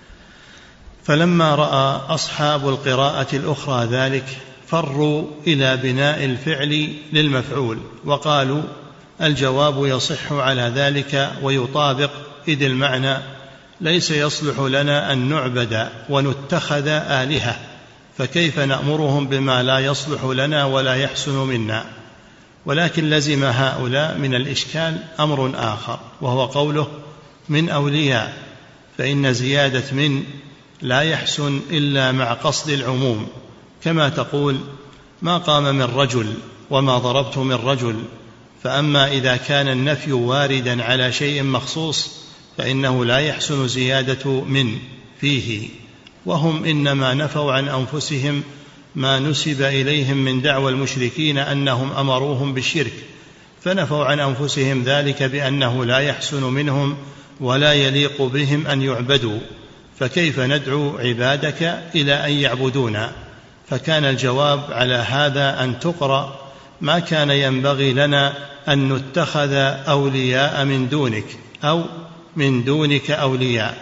فلما رأى أصحاب القراءة الأخرى ذلك فروا إلى بناء الفعل للمفعول وقالوا الجواب يصح على ذلك ويطابق، إذ المعنى ليس يصلح لنا أن نعبد ونتخذ آلهة، فكيف نأمرهم بما لا يصلح لنا ولا يحسن منا. ولكن لزم هؤلاء من الإشكال أمر آخر وهو قوله من أولياء، فإن زيادة من لا يحسن إلا مع قصد العموم، كما تقول ما قام من رجل وما ضربت من رجل. فأما إذا كان النفي واردا على شيء مخصوص فإنه لا يحسن زيادة من فيه، وهم إنما نفوا عن أنفسهم ما نسب إليهم من دعوى المشركين أنهم أمروهم بالشرك، فنفوا عن أنفسهم ذلك بأنه لا يحسن منهم ولا يليق بهم أن يعبدوا، فكيف ندعو عبادك إلى أن يعبدونا؟ فكان الجواب على هذا أن تقرأ ما كان ينبغي لنا أن نتخذ أولياء من دونك أو من دونك أولياء.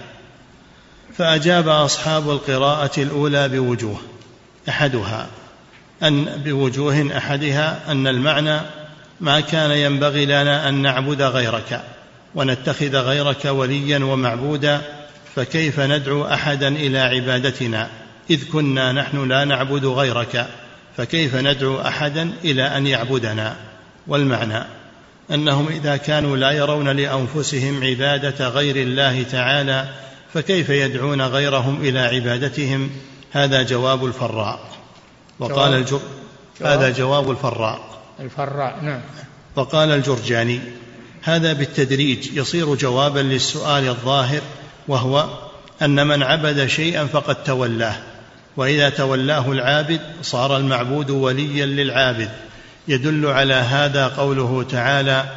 فأجاب أصحاب القراءة الأولى بوجوه أحدها أن بوجوه أحدها أن المعنى ما كان ينبغي لنا أن نعبد غيرك ونتخذ غيرك وليا ومعبودا، فكيف ندعو أحدا إلى عبادتنا إذ كنا نحن لا نعبد غيرك، فكيف ندعو أحدا إلى أن يعبدنا. والمعنى أنهم إذا كانوا لا يرون لأنفسهم عبادة غير الله تعالى فكيف يدعون غيرهم إلى عبادتهم. هذا جواب الفراء. وقال الجر هذا جواب الفراء الفراء نعم. وقال الجرجاني هذا بالتدريج يصير جوابا للسؤال الظاهر، وهو أن من عبد شيئا فقد تولاه، وإذا تولاه العابد صار المعبود وليا للعابد. يدل على هذا قوله تعالى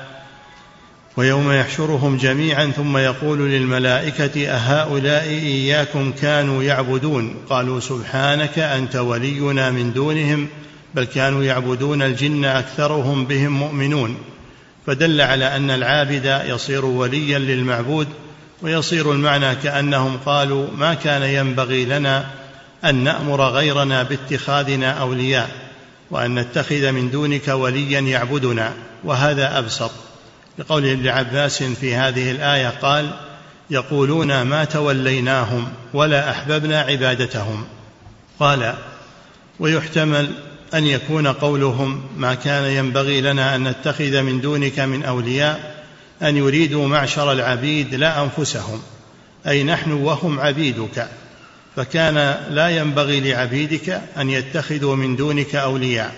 ويوم يحشرهم جميعا ثم يقول للملائكة أهؤلاء إياكم كانوا يعبدون قالوا سبحانك أنت ولينا من دونهم بل كانوا يعبدون الجن أكثرهم بهم مؤمنون. فدل على أن العابد يصير وليا للمعبود، ويصير المعنى كأنهم قالوا ما كان ينبغي لنا أن نأمر غيرنا باتخاذنا أولياء وأن نتخذ من دونك وليا يعبدنا، وهذا أبسط. لقول ابن عباس في هذه الآية قال يقولون ما توليناهم ولا أحببنا عبادتهم. قال ويحتمل أن يكون قولهم ما كان ينبغي لنا أن نتخذ من دونك من أولياء أن يريدوا معشر العبيد لا أنفسهم، أي نحن وهم عبيدك، فكان لا ينبغي لعبيدك أن يتخذوا من دونك أولياء،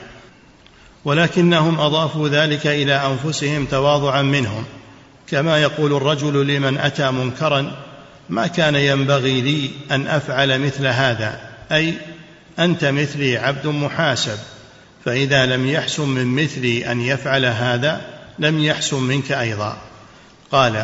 ولكنهم أضافوا ذلك إلى أنفسهم تواضعا منهم، كما يقول الرجل لمن أتى منكرا ما كان ينبغي لي أن أفعل مثل هذا، أي أنت مثلي عبد محاسب، فإذا لم يحسن من مثلي أن يفعل هذا لم يحسن منك أيضا. قال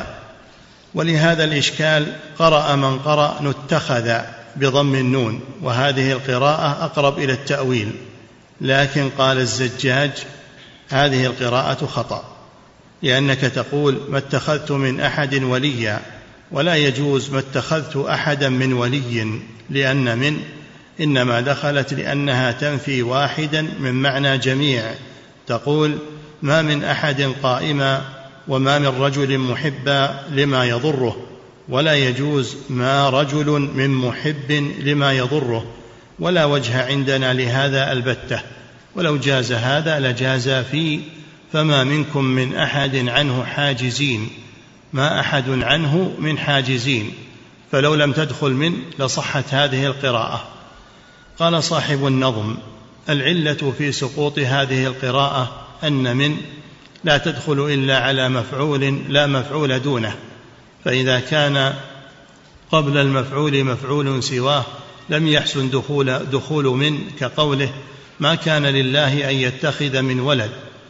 ولهذا الإشكال قرأ من قرأ نتخذ بضم النون، وهذه القراءة أقرب إلى التأويل، لكن قال الزجاج هذه القراءة خطأ، لأنك تقول ما اتخذت من أحد وليا، ولا يجوز ما اتخذت أحدا من ولي، لأن من إنما دخلت لأنها تنفي واحدا من معنى جميع، تقول ما من أحد قائما وما من رجل محبا لما يضره، ولا يجوز ما رجل من محب لما يضره، ولا وجه عندنا لهذا البتة، ولو جاز هذا لجاز في فما منكم من أحد عنه حاجزين، ما أحد عنه من حاجزين، فلو لم تدخل من لصحت هذه القراءة. قال صاحب النظم العلة في سقوط هذه القراءة أن من لا تدخل إلا على مفعول لا مفعول دونه، فإذا كان قبل المفعول مفعول سواه لم يحسن دخول, دخول من، كقوله ما كان لله أن يتخذ من ولد،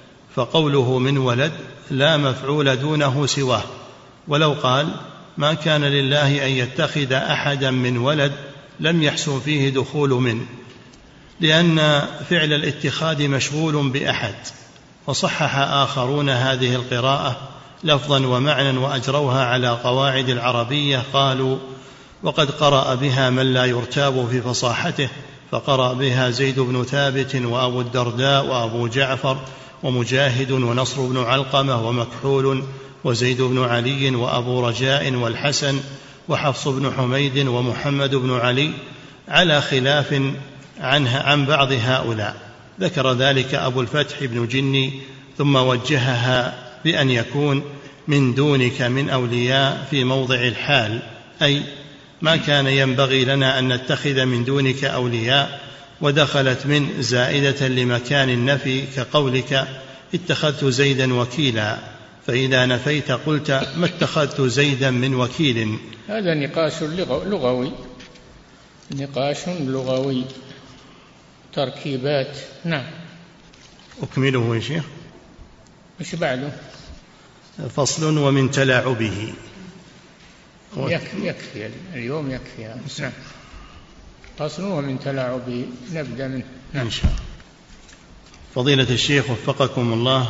فقوله من ولد لا مفعول دونه سواه، ولو قال ما كان لله أن يتخذ أحدا من ولد لم يحسن فيه دخول من، لأن فعل الاتخاذ مشغول بأحد. وصحح آخرون هذه القراءة لفظا ومعنى وأجروها على قواعد العربية، قالوا وقد قرأ بها من لا يرتاب في فصاحته، فقرأ بها زيد بن ثابت وأبو الدرداء وأبو جعفر ومجاهد ونصر بن علقمة ومكحول وزيد بن علي وأبو رجاء والحسن وحفص بن حميد ومحمد بن علي، على خلاف عنها عن بعض هؤلاء. ذكر ذلك أبو الفتح بن جني، ثم وجهها بأن يكون من دونك من أولياء في موضع الحال، أي ما كان ينبغي لنا أن نتخذ من دونك أولياء، ودخلت من زائدة لمكان النفي، كقولك اتخذت زيدا وكيلا، فإذا نفيت قلت ما اتخذت زيدا من وكيل. هذا نقاش لغوي، نقاش لغوي، تركيبات. نعم. أكمله يا شيخ. مش بعده؟ فصل ومن تلاعبه. يكفي, يكفي اليوم يكفي. نعم. فصل ومن تلاعبه نبدأ منه. نعم. إن شاء الله. فضيلة الشيخ وفقكم الله،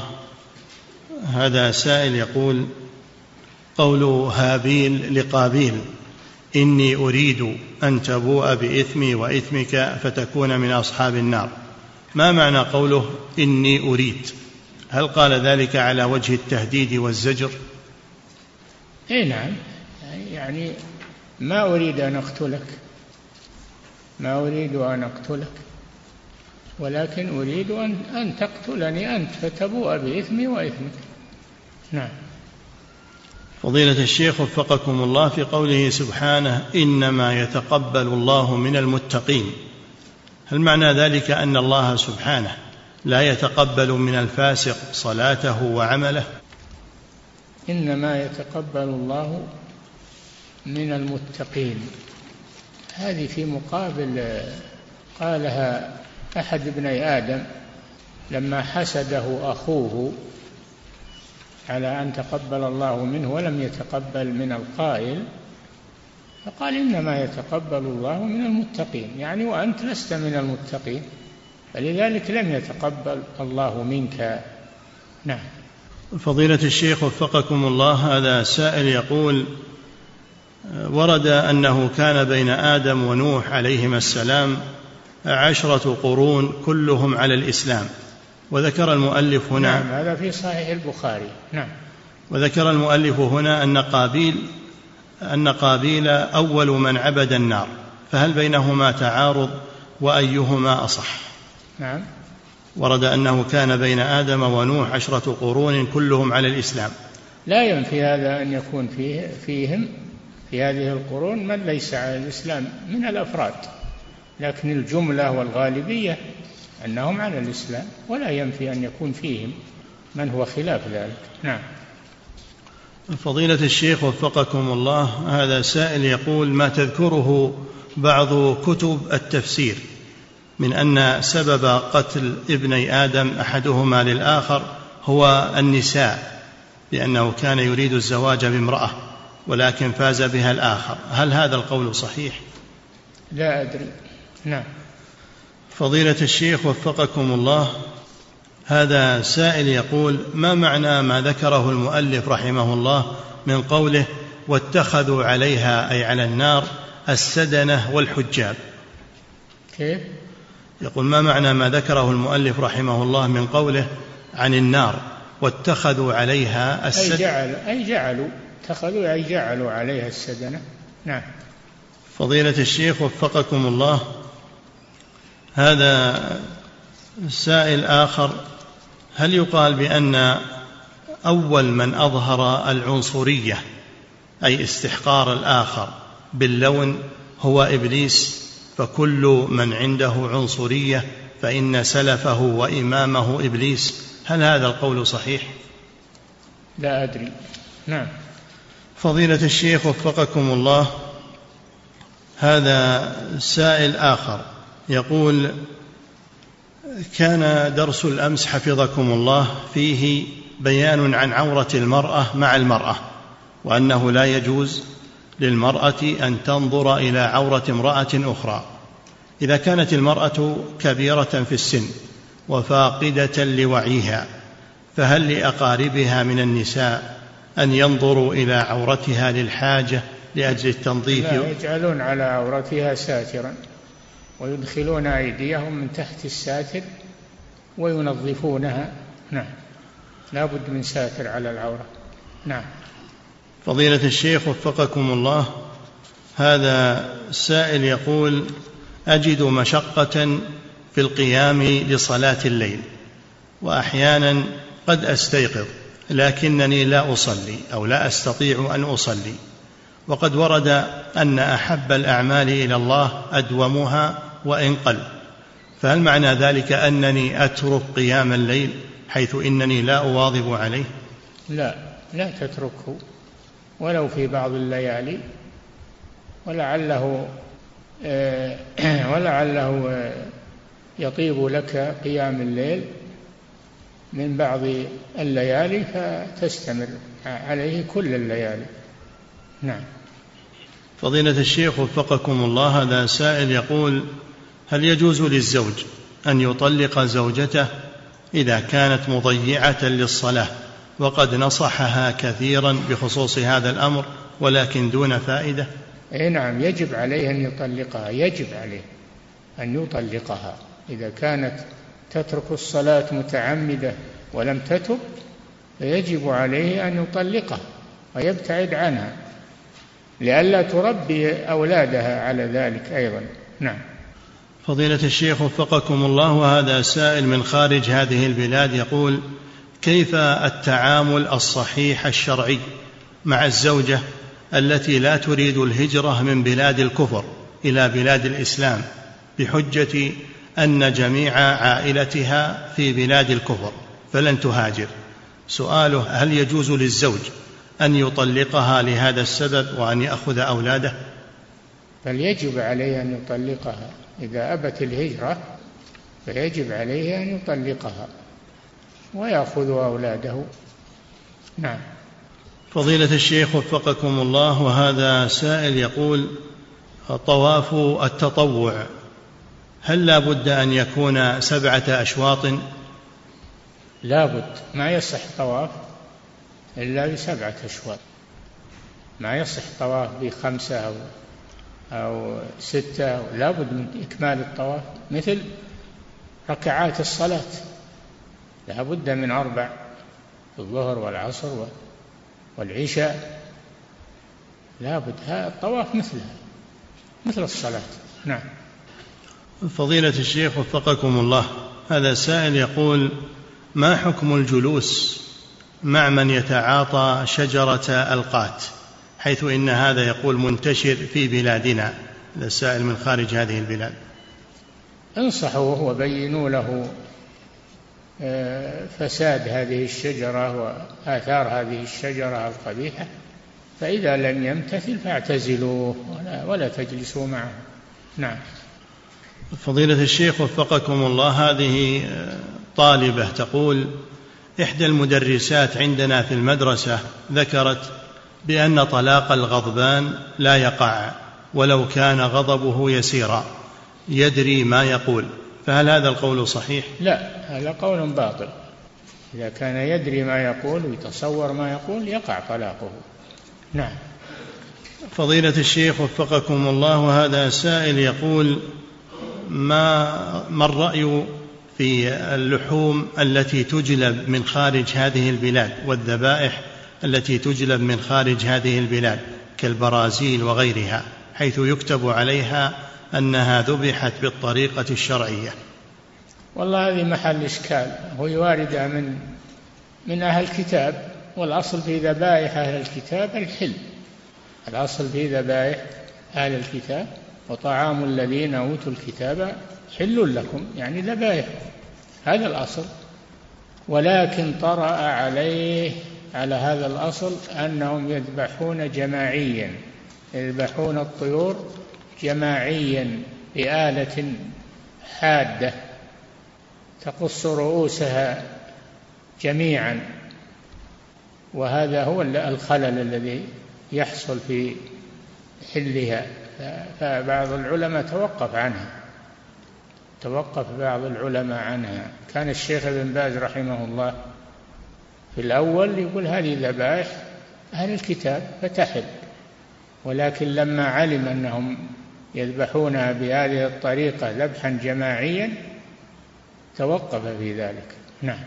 هذا سائل يقول قول هابيل لقابيل إني أريد أن تبوء بإثمي وإثمك فتكون من أصحاب النار، ما معنى قوله إني أريد؟ هل قال ذلك على وجه التهديد والزجر؟ إيه نعم، يعني ما أريد أن أقتلك، ما أريد أن أقتلك، ولكن أريد أن, أن تقتلني أنت فتبوء بإثمي وإثمك. نعم. فضيلة الشيخ وفقكم الله، في قوله سبحانه إنما يتقبل الله من المتقين، هل معنى ذلك أن الله سبحانه لا يتقبل من الفاسق صلاته وعمله؟ إنما يتقبل الله من المتقين، هذه في مقابل قالها أحد ابني آدم لما حسده أخوه على أن تقبل الله منه ولم يتقبل من القائل، فقال إنما يتقبل الله من المتقين، يعني وأنت لست من المتقين، فلذلك لم يتقبل الله منك. نعم. فضيلة الشيخ وفقكم الله، هذا سائل يقول: ورد أنه كان بين آدم ونوح عليهما السلام عشرة قرون كلهم على الإسلام، وذكر المؤلف هنا نعم هذا في صحيح البخاري. نعم. وذكر المؤلف هنا أن قابيل أن قابيل أول من عبد النار، فهل بينهما تعارض وأيهما أصح؟ نعم. ورد أنه كان بين آدم ونوح عشرة قرون كلهم على الإسلام. لا ينفي هذا أن يكون فيه فيهم في هذه القرون من ليس على الإسلام من الأفراد، لكن الجملة والغالبية أنهم على الإسلام، ولا ينفي أن يكون فيهم من هو خلاف ذلك. نعم. فضيلة الشيخ وفقكم الله، هذا سائل يقول: ما تذكره بعض كتب التفسير من أن سبب قتل ابني آدم أحدهما للآخر هو النساء، لأنه كان يريد الزواج بامرأة ولكن فاز بها الآخر، هل هذا القول صحيح؟ لا أدري. نعم. فضيلة الشيخ وفقكم الله، هذا سائل يقول: ما معنى ما ذكره المؤلف رحمه الله من قوله واتخذوا عليها أي على النار السدنة والحجاب؟ كيف؟ يقول: ما معنى ما ذكره المؤلف رحمه الله من قوله عن النار واتخذوا عليها السدنة؟ أي جعلوا أي جعلوا اتخذوا أي جعلوا عليها السدنة. نعم. فضيلة الشيخ وفقكم الله، هذا سائل آخر: هل يقال بأن أول من أظهر العنصرية أي استحقار الآخر باللون هو إبليس، فكل من عنده عنصرية فإن سلفه وإمامه إبليس، هل هذا القول صحيح؟ لا أدري. نعم. فضيلة الشيخ وفقكم الله، هذا سائل آخر يقول: كان درس الأمس حفظكم الله فيه بيان عن عورة المرأة مع المرأة، وأنه لا يجوز للمرأة أن تنظر إلى عورة امرأة أخرى إذا كانت المرأة كبيرة في السن وفاقدة لوعيها، فهل لأقاربها من النساء أن ينظروا إلى عورتها للحاجة لأجل التنظيف؟ لا، يجعلون على عورتها ساترا ويدخلون أيديهم من تحت الساتر وينظفونها. نعم. لا بد من ساتر على العورة. نعم. فضيلة الشيخ وفقكم الله، هذا سائل يقول: أجد مشقة في القيام لصلاة الليل، وأحيانا قد أستيقظ لكنني لا أصلي أو لا أستطيع أن أصلي، وقد ورد أن أحب الأعمال إلى الله أدومها وإن قل، فهل معنى ذلك أنني أترك قيام الليل حيث إنني لا أواظب عليه؟ لا، لا تتركه ولو في بعض الليالي، ولعله ولعله يطيب لك قيام الليل من بعض الليالي فتستمر عليه كل الليالي. نعم. فضيلة الشيخ وفقكم الله، هذا سائل يقول: هل يجوز للزوج أن يطلق زوجته إذا كانت مضيعة للصلاة وقد نصحها كثيرا بخصوص هذا الأمر ولكن دون فائدة؟ أي نعم، يجب عليه أن يطلقها، يجب عليه أن يطلقها إذا كانت تترك الصلاة متعمدة ولم تتب، فيجب عليه أن يطلقها ويبتعد عنها لئلا تربي أولادها على ذلك أيضا. نعم. فضيلة الشيخ وفقكم الله، وهذا سائل من خارج هذه البلاد يقول: كيف التعامل الصحيح الشرعي مع الزوجة التي لا تريد الهجرة من بلاد الكفر إلى بلاد الإسلام بحجة أن جميع عائلتها في بلاد الكفر فلن تهاجر؟ سؤاله: هل يجوز للزوج أن يطلقها لهذا السبب وأن يأخذ أولاده؟ بل يجب عليه أن يطلقها إذا أبت الهجرة، فيجب عليه أن يطلقها ويأخذ أولاده. نعم. فضيلة الشيخ وفقكم الله، وهذا سائل يقول: طواف التطوع هل لا بد أن يكون سبعة أشواط؟ لا بد، ما يصح طواف إلا بسبعة أشواط. ما يصح طواف بخمسة أو أو ستة، لا بد من إكمال الطواف، مثل ركعات الصلاة لا بد من أربع، الظهر والعصر والعشاء لا بد. هذا الطواف مثلها مثل الصلاة. نعم. فضيلة الشيخ وفقكم الله، هذا سائل يقول: ما حكم الجلوس مع من يتعاطى شجرة القات، حيث إن هذا يقول منتشر في بلادنا؟ هذا السائل من خارج هذه البلاد. انصحوه وبينوا له فساد هذه الشجرة وآثار هذه الشجرة القبيحة، فإذا لم يمتثل فاعتزلوه ولا, ولا تجلسوا معه. نعم. فضيلة الشيخ وفقكم الله، هذه طالبة تقول: إحدى المدرسات عندنا في المدرسة ذكرت بأن طلاق الغضبان لا يقع ولو كان غضبه يسيرا، يدري ما يقول، فهل هذا القول صحيح؟ لا، هذا قول باطل. إذا كان يدري ما يقول ويتصور ما يقول يقع طلاقه. نعم. فضيلة الشيخ وفقكم الله، وهذا سائل يقول: ما ما الرأي في اللحوم التي تجلب من خارج هذه البلاد والذبائح التي تجلب من خارج هذه البلاد كالبرازيل وغيرها، حيث يكتب عليها أنها ذبحت بالطريقة الشرعية؟ والله هذه محل إشكال، هو واردة من من أهل الكتاب، والأصل في ذبائح أهل الكتاب الحل. الأصل في ذبائح أهل الكتاب وطعام الذين أوتوا الكتاب حل لكم، يعني ذبائح، هذا الأصل. ولكن طرأ عليه على هذا الأصل أنهم يذبحون جماعيا، يذبحون الطيور جماعيا بآلة حادة تقص رؤوسها جميعا، وهذا هو الخلل الذي يحصل في حلها. فبعض العلماء توقف عنها توقف بعض العلماء عنها. كان الشيخ ابن باز رحمه الله في الأول يقول هذه ذبائح أهل الكتاب فتحل، ولكن لما علم أنهم يذبحونها بهذه الطريقة ذبحا جماعيا توقف في ذلك. نعم.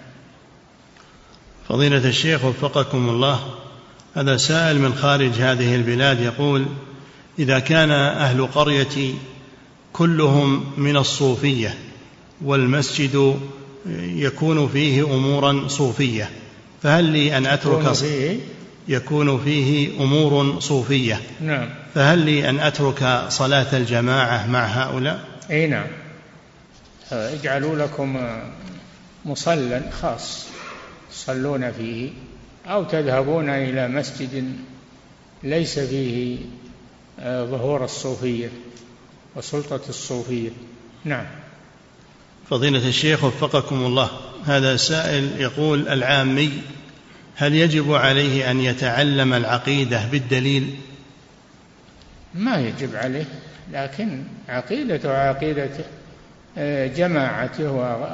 فضيلة الشيخ وفقكم الله، هذا سائل من خارج هذه البلاد يقول: إذا كان أهل قريتي كلهم من الصوفية والمسجد يكون فيه أمورا صوفية، فهل لي أن أترك فيه يكون فيه أمور صوفية نعم فهل لي أن أترك صلاة الجماعة مع هؤلاء؟ أي نعم، اجعلوا لكم مصلى خاص تصلون فيه، أو تذهبون إلى مسجد ليس فيه ظهور الصوفية وسلطة الصوفية. نعم. فضيلة الشيخ وفقكم الله، هذا سائل يقول: العامي هل يجب عليه أن يتعلم العقيدة بالدليل؟ ما يجب عليه، لكن عقيدته عقيدة جماعته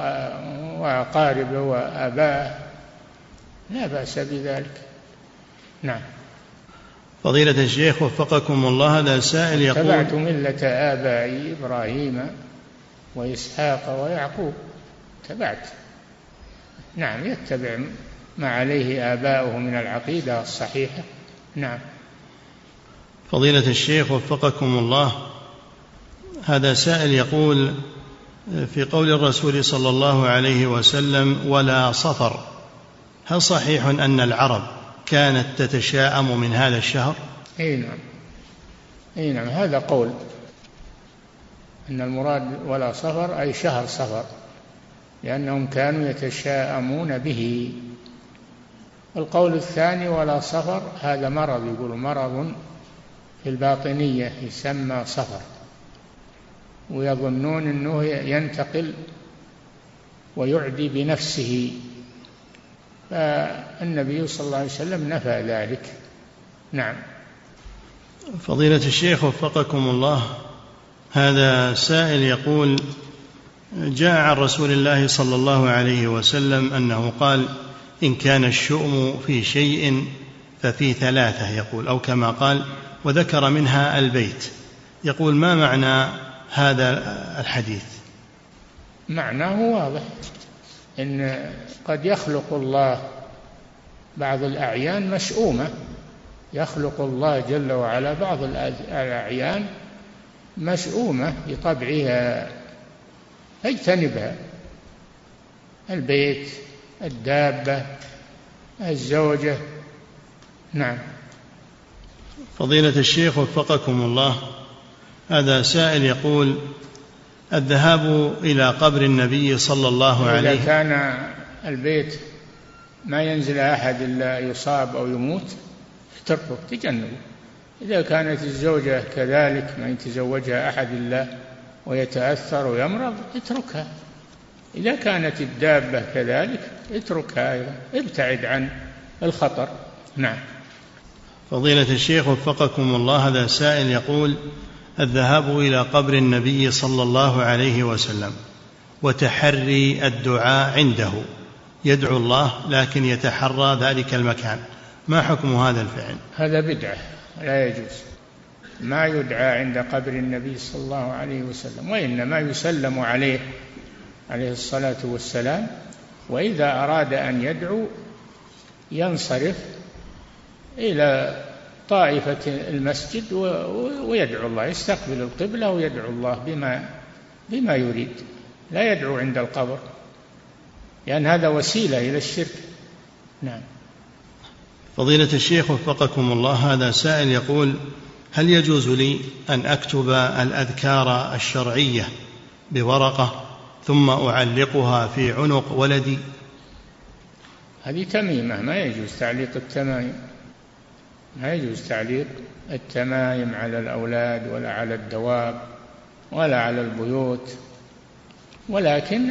وأقاربه وآبائه لا بأس بذلك. نعم. فضيلة الشيخ وفقكم الله، هذا سائل يقول: اتبعت ملة آبائي إبراهيم وإسحاق ويعقوب. تبعت، نعم، يتبع ما عليه آباؤه من العقيدة الصحيحة. نعم. فضيلة الشيخ وفقكم الله، هذا سائل يقول: في قول الرسول صلى الله عليه وسلم ولا صفر، هل صحيح أن العرب كانت تتشاءم من هذا الشهر؟ اي نعم، اي نعم، هذا قول ان المراد ولا صفر اي شهر صفر، لانهم كانوا يتشاءمون به. القول الثاني ولا صفر هذا مرض، يقول مرض في الباطنية يسمى صفر، ويظنون انه ينتقل ويعدي بنفسه، فالنبي صلى الله عليه وسلم نفى ذلك. نعم. فضيلة الشيخ وفقكم الله، هذا سائل يقول: جاء عن رسول الله صلى الله عليه وسلم أنه قال: إن كان الشؤم في شيء ففي ثلاثة، يقول، أو كما قال، وذكر منها البيت. يقول: ما معنى هذا الحديث؟ معناه واضح، إن قد يخلق الله بعض الأعيان مشؤومة، يخلق الله جل وعلا بعض الأعيان مشؤومة بطبعها، فاجتنبها: البيت، الدابة، الزوجة. نعم. فضيلة الشيخ وفقكم الله، هذا سائل يقول: الذهاب إلى قبر النبي صلى الله عليه وسلم، إذا كان البيت ما ينزل أحد إلا يصاب أو يموت اتركه، تجنبه. إذا كانت الزوجة كذلك ما يتزوجها أحد إلا ويتأثر ويمرض اتركها. إذا كانت الدابة كذلك اتركها أيضا، ابتعد عن الخطر. نعم. فضيلة الشيخ وفقكم الله، هذا سائل يقول: الذهاب إلى قبر النبي صلى الله عليه وسلم وتحري الدعاء عنده، يدعو الله لكن يتحرى ذلك المكان، ما حكم هذا الفعل؟ هذا بدعة، لا يجوز. ما يدعى عند قبر النبي صلى الله عليه وسلم، وإنما يسلم عليه عليه الصلاة والسلام، وإذا أراد أن يدعو ينصرف إلى طائفة المسجد ويدعو الله، يستقبل القبلة ويدعو الله بما بما يريد، لا يدعو عند القبر، لأن هذا وسيلة إلى الشرك. نعم. فضيلة الشيخ وفقكم الله، هذا سائل يقول: هل يجوز لي أن أكتب الأذكار الشرعية بورقة ثم أعلقها في عنق ولدي؟ هذه تميمة، ما يجوز تعليق التمائم، ما يجوز تعليق التمائم على الأولاد ولا على الدواب ولا على البيوت، ولكن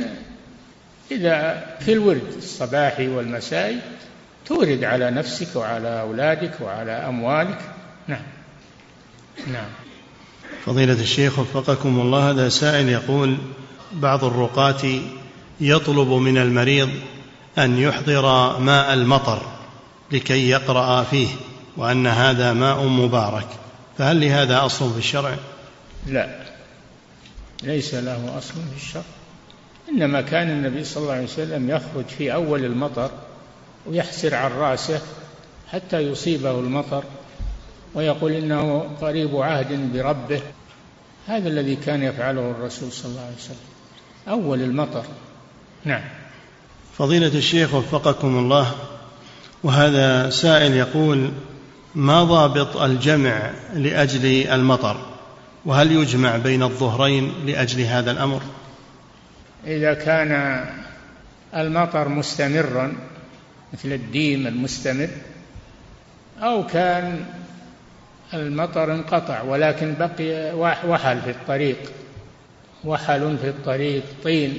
إذا في الورد الصباحي والمسائي تورد على نفسك وعلى أولادك وعلى أموالك. نعم. نعم. فضيلة الشيخ وفقكم الله، هذا سائل يقول: بعض الرقاة يطلب من المريض أن يحضر ماء المطر لكي يقرأ فيه، وأن هذا ماء مبارك، فهل لهذا أصل في الشرع؟ لا، ليس له أصل في الشرع، إنما كان النبي صلى الله عليه وسلم يخرج في أول المطر ويحسر عن رأسه حتى يصيبه المطر ويقول إنه قريب عهد بربه. هذا الذي كان يفعله الرسول صلى الله عليه وسلم أول المطر. نعم. فضيلة الشيخ وفقكم الله، وهذا سائل يقول: ما ضابط الجمع لأجل المطر؟ وهل يجمع بين الظهرين لأجل هذا الأمر؟ إذا كان المطر مستمرا مثل الديم المستمر، أو كان المطر انقطع ولكن بقي وحل في الطريق، وحل في الطريق، طين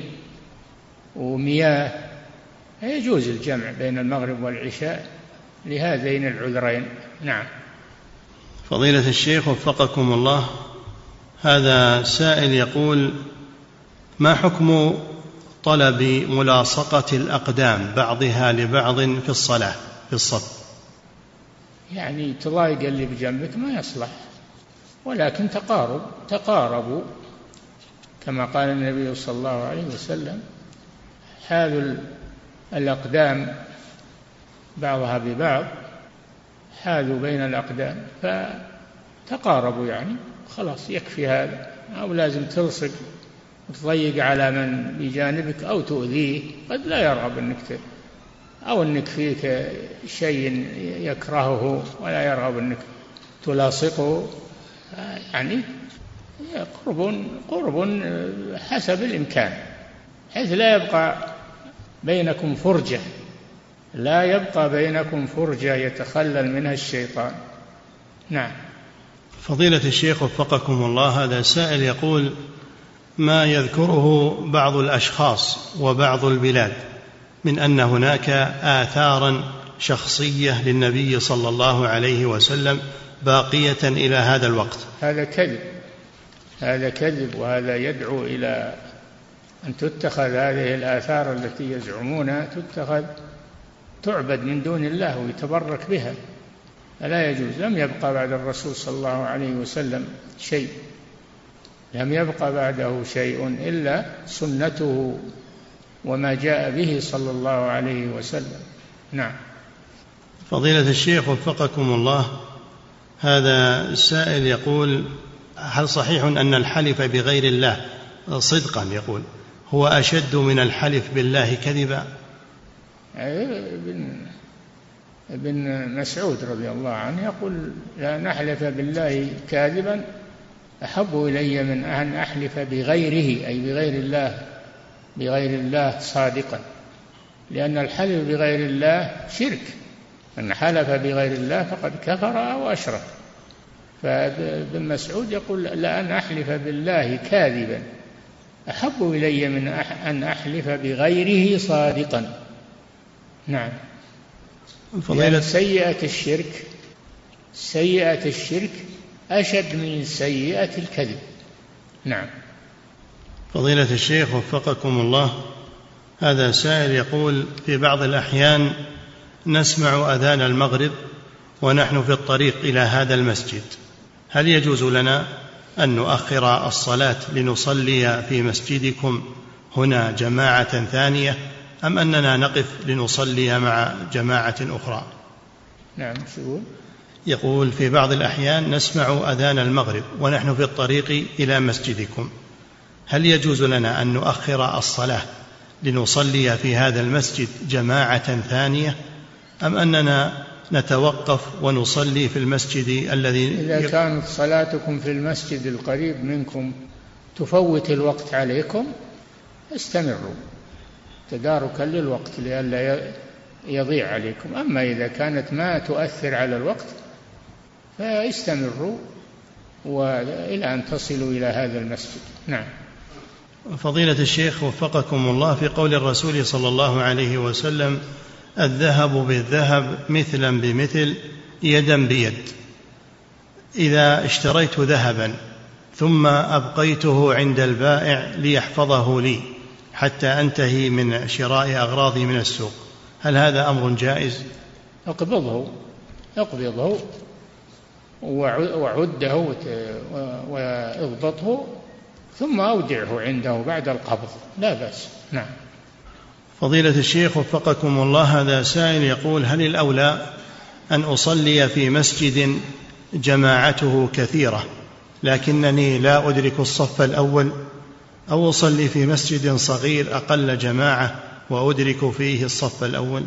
ومياه، يجوز الجمع بين المغرب والعشاء لهذين العذرين. نعم. فضيلة الشيخ وفقكم الله، هذا سائل يقول: ما حكم طلب ملاصقة الأقدام بعضها لبعض في الصلاة في الصف؟ يعني تضايق اللي بجنبك ما يصلح، ولكن تقارب تقاربوا كما قال النبي صلى الله عليه وسلم: حاذوا الأقدام بعضها ببعض، حاذوا بين الأقدام، فتقاربوا، يعني خلاص يكفي هذا، أو لازم تلصق وتضيق على من بجانبك أو تؤذيه، قد لا يرغب أنك أو أنك فيك شيء يكرهه ولا يرغب أنك تلاصقه، يعني قرب قرب حسب الإمكان، حيث لا يبقى بينكم فرجة، لا يبقى بينكم فرجة يتخلل منها الشيطان. نعم. فضيلة الشيخ وفقكم الله، هذا سائل يقول: ما يذكره بعض الأشخاص وبعض البلاد من أن هناك آثارا شخصية للنبي صلى الله عليه وسلم باقية إلى هذا الوقت، هذا كذب، هذا كذب، وهذا يدعو إلى أن تتخذ هذه الآثار التي يزعمونها تتخذ تعبد من دون الله ويتبرك بها، فلا يجوز. لم يبقى بعد الرسول صلى الله عليه وسلم شيء، لم يبقى بعده شيء إلا سنته وما جاء به صلى الله عليه وسلم. نعم. فضيلة الشيخ وفقكم الله، هذا السائل يقول: هل صحيح أن الحلف بغير الله صدقا يقول هو أشد من الحلف بالله كذبا؟ ابن ابن مسعود رضي الله عنه يقول: لا نحلف بالله كاذبا أحب إلي من أن أحلف بغيره، أي بغير الله، بغير الله صادقا، لأن الحلف بغير الله شرك، من حلف بغير الله فقد كفر أو أشرك. فابن مسعود يقول: لأن أحلف بالله كاذبا أحب إلي من أن أحلف بغيره صادقا. نعم. فضيلة سيئة الشرك سيئة الشرك أشد من سيئة الكذب. نعم. فضيلة الشيخ وفقكم الله، هذا سائل يقول: في بعض الأحيان نسمع أذان المغرب ونحن في الطريق إلى هذا المسجد، هل يجوز لنا أن نؤخر الصلاة لنصلي في مسجدكم هنا جماعة ثانية، أم أننا نقف لنصلي مع جماعة أخرى؟ نعم. شو يقول: في بعض الأحيان نسمع أذان المغرب ونحن في الطريق إلى مسجدكم، هل يجوز لنا أن نؤخر الصلاة لنصلي في هذا المسجد جماعة ثانية، أم أننا نتوقف ونصلي في المسجد الذي؟ إذا كانت صلاتكم في المسجد القريب منكم تفوت الوقت عليكم استمروا تداركا للوقت لئلا يضيع عليكم. أما إذا كانت ما تؤثر على الوقت فاستمروا وإلى أن تصلوا إلى هذا المسجد. نعم. فضيلة الشيخ وفقكم الله، في قول الرسول صلى الله عليه وسلم: الذهب بالذهب مثلا بمثل يدا بيد، إذا اشتريت ذهبا ثم أبقيته عند البائع ليحفظه لي حتى أنتهي من شراء أغراضي من السوق، هل هذا أمر جائز؟ اقبضه اقبضه وعده واضبطه ثم أودعه عنده بعد القبض، لا بأس. نعم. فضيلة الشيخ وفقكم الله، هذا سائل يقول: هل الأولى أن أصلي في مسجد جماعته كثيرة لكنني لا أدرك الصف الأول، أو أصلي في مسجد صغير أقل جماعة وأدرك فيه الصف الأول؟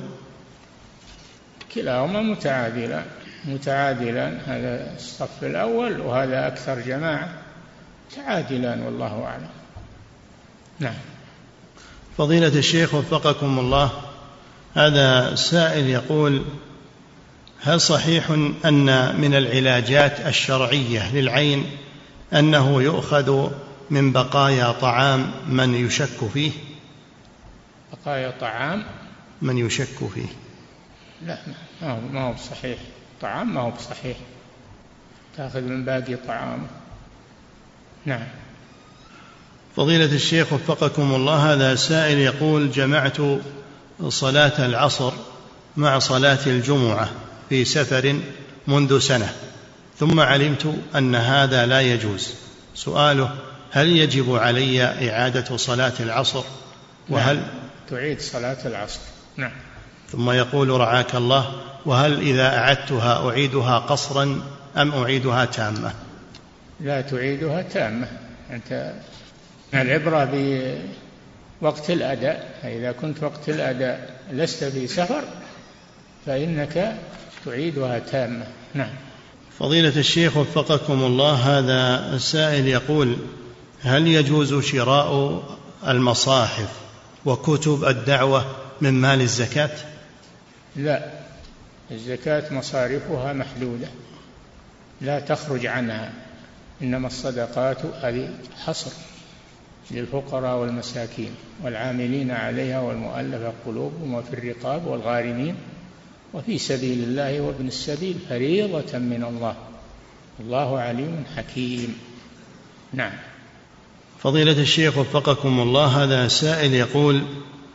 كلاهما متعادلا متعادلا هذا الصف الأول وهذا أكثر جماعة، تعادلان والله أعلم. نعم. فضيلة الشيخ وفقكم الله، هذا سائل يقول: هل صحيح أن من العلاجات الشرعية للعين أنه يؤخذ من بقايا طعام من يشك فيه؟ بقايا طعام من يشك فيه؟ لا، ما هو بصحيح، طعام ما هو بصحيح تأخذ من باقي طعام. نعم. فضيلة الشيخ وفقكم الله، هذا سائل يقول: جمعت صلاة العصر مع صلاة الجمعة في سفر منذ سنة، ثم علمت أن هذا لا يجوز. سؤاله: هل يجب علي إعادة صلاة العصر؟ وهل نعم. تعيد صلاة العصر. نعم. ثم يقول: رعاك الله، وهل إذا أعدتها أعيدها قصرا أم أعيدها تامة؟ لا، تعيدها تامة. أنت العبرة بوقت الأداء، إذا كنت وقت الأداء لست في سفر فإنك تعيدها تامة. نعم. فضيلة الشيخ وفقكم الله، هذا السائل يقول: هل يجوز شراء المصاحف وكتب الدعوة من مال الزكاة؟ لا، الزكاة مصارفها محدودة لا تخرج عنها، إنما الصدقات هذه حصر للفقراء والمساكين والعاملين عليها والمؤلفة قلوبهم وفي الرقاب والغارمين وفي سبيل الله وابن السبيل فريضة من الله، الله عليم حكيم. نعم. فضيلة الشيخ وفقكم الله، هذا سائل يقول: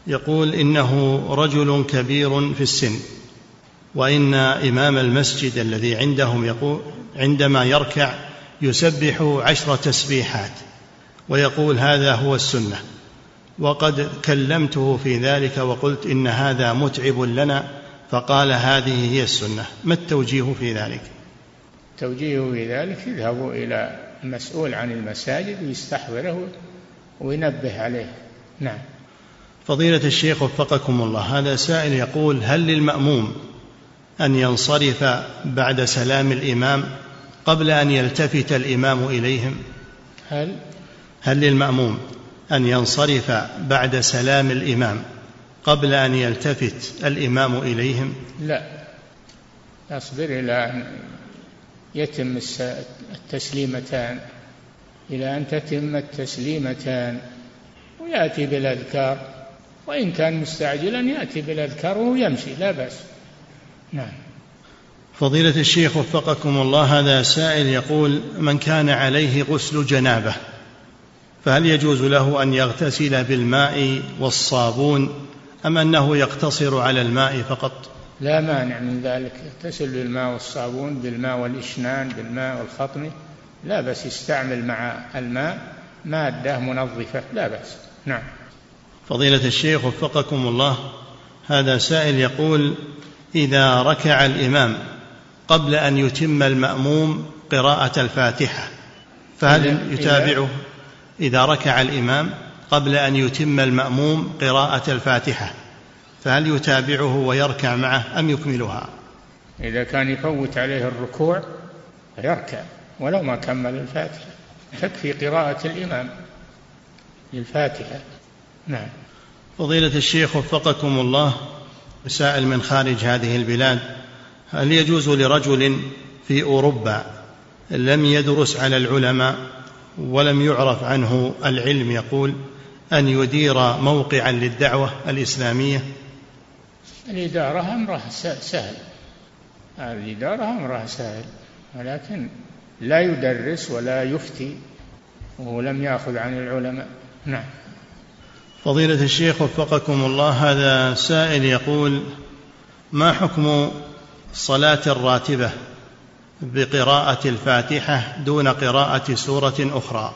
يقول: إنه رجل كبير في السن، وإن إمام المسجد الذي عندهم يقول عندما يركع يسبح عشر تسبيحات ويقول هذا هو السنة، وقد كلمته في ذلك وقلت إن هذا متعب لنا، فقال هذه هي السنة. ما التوجيه في ذلك؟ التوجيه في ذلك يذهبوا إلى المسؤول عن المساجد ويستحضره وينبه عليه. نعم. فضيلة الشيخ وفقكم الله، هذا سائل يقول: هل للمأموم أن ينصرف بعد سلام الإمام قبل أن يلتفت الإمام إليهم؟ هل هل للمأموم أن ينصرف بعد سلام الإمام قبل أن يلتفت الإمام إليهم؟ لا، يصبر إلى أن يتم التسليمتان، إلى أن تتم التسليمتان ويأتي بالأذكار، وإن كان مستعجلا يأتي بالأذكار وهو يمشي، لا بأس. نعم. فضيلة الشيخ وفقكم الله، هذا سائل يقول: من كان عليه غسل جنابة فهل يجوز له أن يغتسل بالماء والصابون أم أنه يقتصر على الماء فقط؟ لا مانع من ذلك، يغتسل بالماء والصابون، بالماء والإشنان، بالماء والخطم، لا بس يستعمل مع الماء مادة منظفة، لا بأس. نعم. فضيلة الشيخ وفقكم الله، هذا سائل يقول: إذا ركع الإمام قبل أن يتم المأموم قراءة الفاتحة فهل يتابعه؟ إذا ركع الإمام قبل أن يتم المأموم قراءة الفاتحة فهل يتابعه ويركع معه أم يكملها؟ إذا كان يفوت عليه الركوع يركع ولو ما كمل الفاتحة، تكفي قراءة الإمام للفاتحة. نعم. فضيلة الشيخ وفقكم الله، سائل من خارج هذه البلاد: هل يجوز لرجل في أوروبا لم يدرس على العلماء ولم يعرف عنه العلم، يقول، أن يدير موقعا للدعوة الإسلامية؟ الإدارة أمرها سهل، الإدارة أمرها سهل، ولكن لا يدرس ولا يفتي وهو لم يأخذ عن العلماء. نعم. فضيلة الشيخ وفقكم الله، هذا سائل يقول: ما حكم صلاة الراتبة بقراءة الفاتحة دون قراءة سورة أخرى؟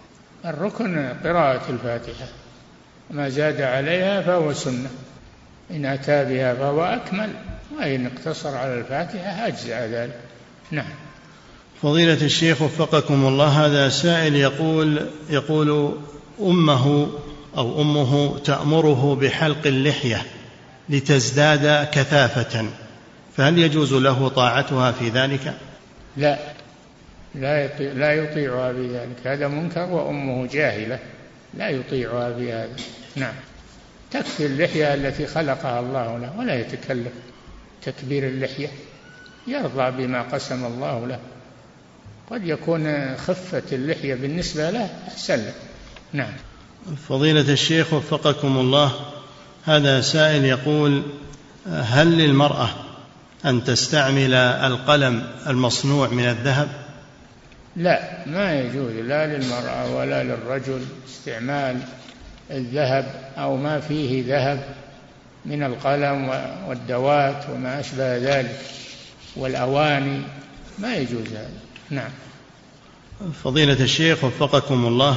الركن قراءة الفاتحة، ما زاد عليها فهو سنة، إن أتى بها فهو أكمل، وإن اقتصر على الفاتحة أجزأ ذلك. نعم. فضيلة الشيخ وفقكم الله، هذا سائل يقول يقول أمه أو أمه تأمره بحلق اللحية لتزداد كثافة، فهل يجوز له طاعتها في ذلك؟ لا، لا يطيع لا يطيعها في ذلك، هذا منكر، وأمه جاهلة لا يطيعها في هذا. نعم. تكفي اللحية التي خلقها الله له، ولا يتكلف تكبير اللحية، يرضى بما قسم الله له، قد يكون خفة اللحية بالنسبة له أحسن له. نعم. فضيلة الشيخ وفقكم الله، هذا سائل يقول: هل للمرأة أن تستعمل القلم المصنوع من الذهب؟ لا، ما يجوز لا للمرأة ولا للرجل استعمال الذهب أو ما فيه ذهب من القلم والدوات وما أشبه ذلك والأواني، ما يجوز هذا. نعم. فضيلة الشيخ وفقكم الله،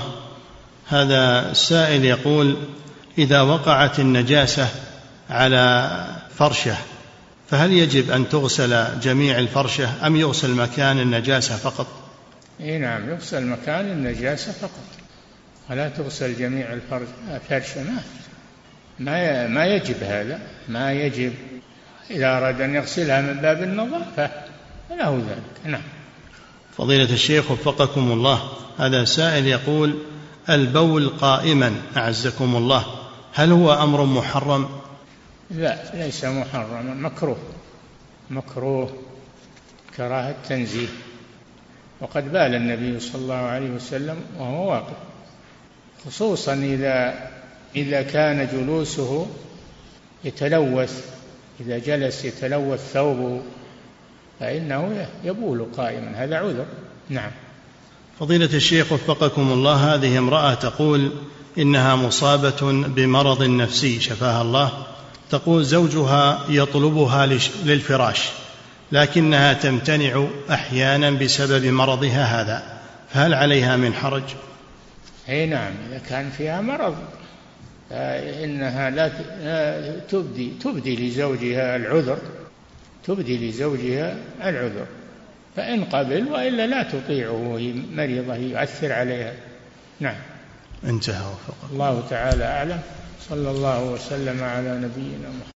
هذا السائل يقول: إذا وقعت النجاسة على فرشة فهل يجب أن تغسل جميع الفرشة أم يغسل مكان النجاسة فقط؟ إيه نعم، يغسل مكان النجاسة فقط ولا تغسل جميع الفرشة. ما ما ما يجب هذا، ما يجب. إذا أراد أن يغسلها من باب النظافة فله ذلك. نعم. فضيلة الشيخ وفقكم الله، هذا سائل يقول: البول قائما أعزكم الله هل هو أمر محرم؟ لا، ليس محرما، مكروه، مكروه كراهة تنزيه، وقد بال النبي صلى الله عليه وسلم وهو واقف، خصوصا إذا إذا كان جلوسه يتلوث، إذا جلس يتلوث ثوبه فإنه يبول قائما، هذا عذر. نعم. فضيلة الشيخ وفقكم الله، هذه امرأة تقول: إنها مصابة بمرض نفسي شفاها الله، تقول زوجها يطلبها للفراش لكنها تمتنع أحيانا بسبب مرضها هذا، فهل عليها من حرج؟ أي نعم، إذا كان فيها مرض فإنها لا تبدي تبدي لزوجها العذر تبدي لزوجها العذر فإن قبل، وإلا لا تطيعه وهي مريضة يؤثر عليها. نعم. انتهى. وفق الله تعالى أعلم. صلى الله وسلم على نبينا محمد.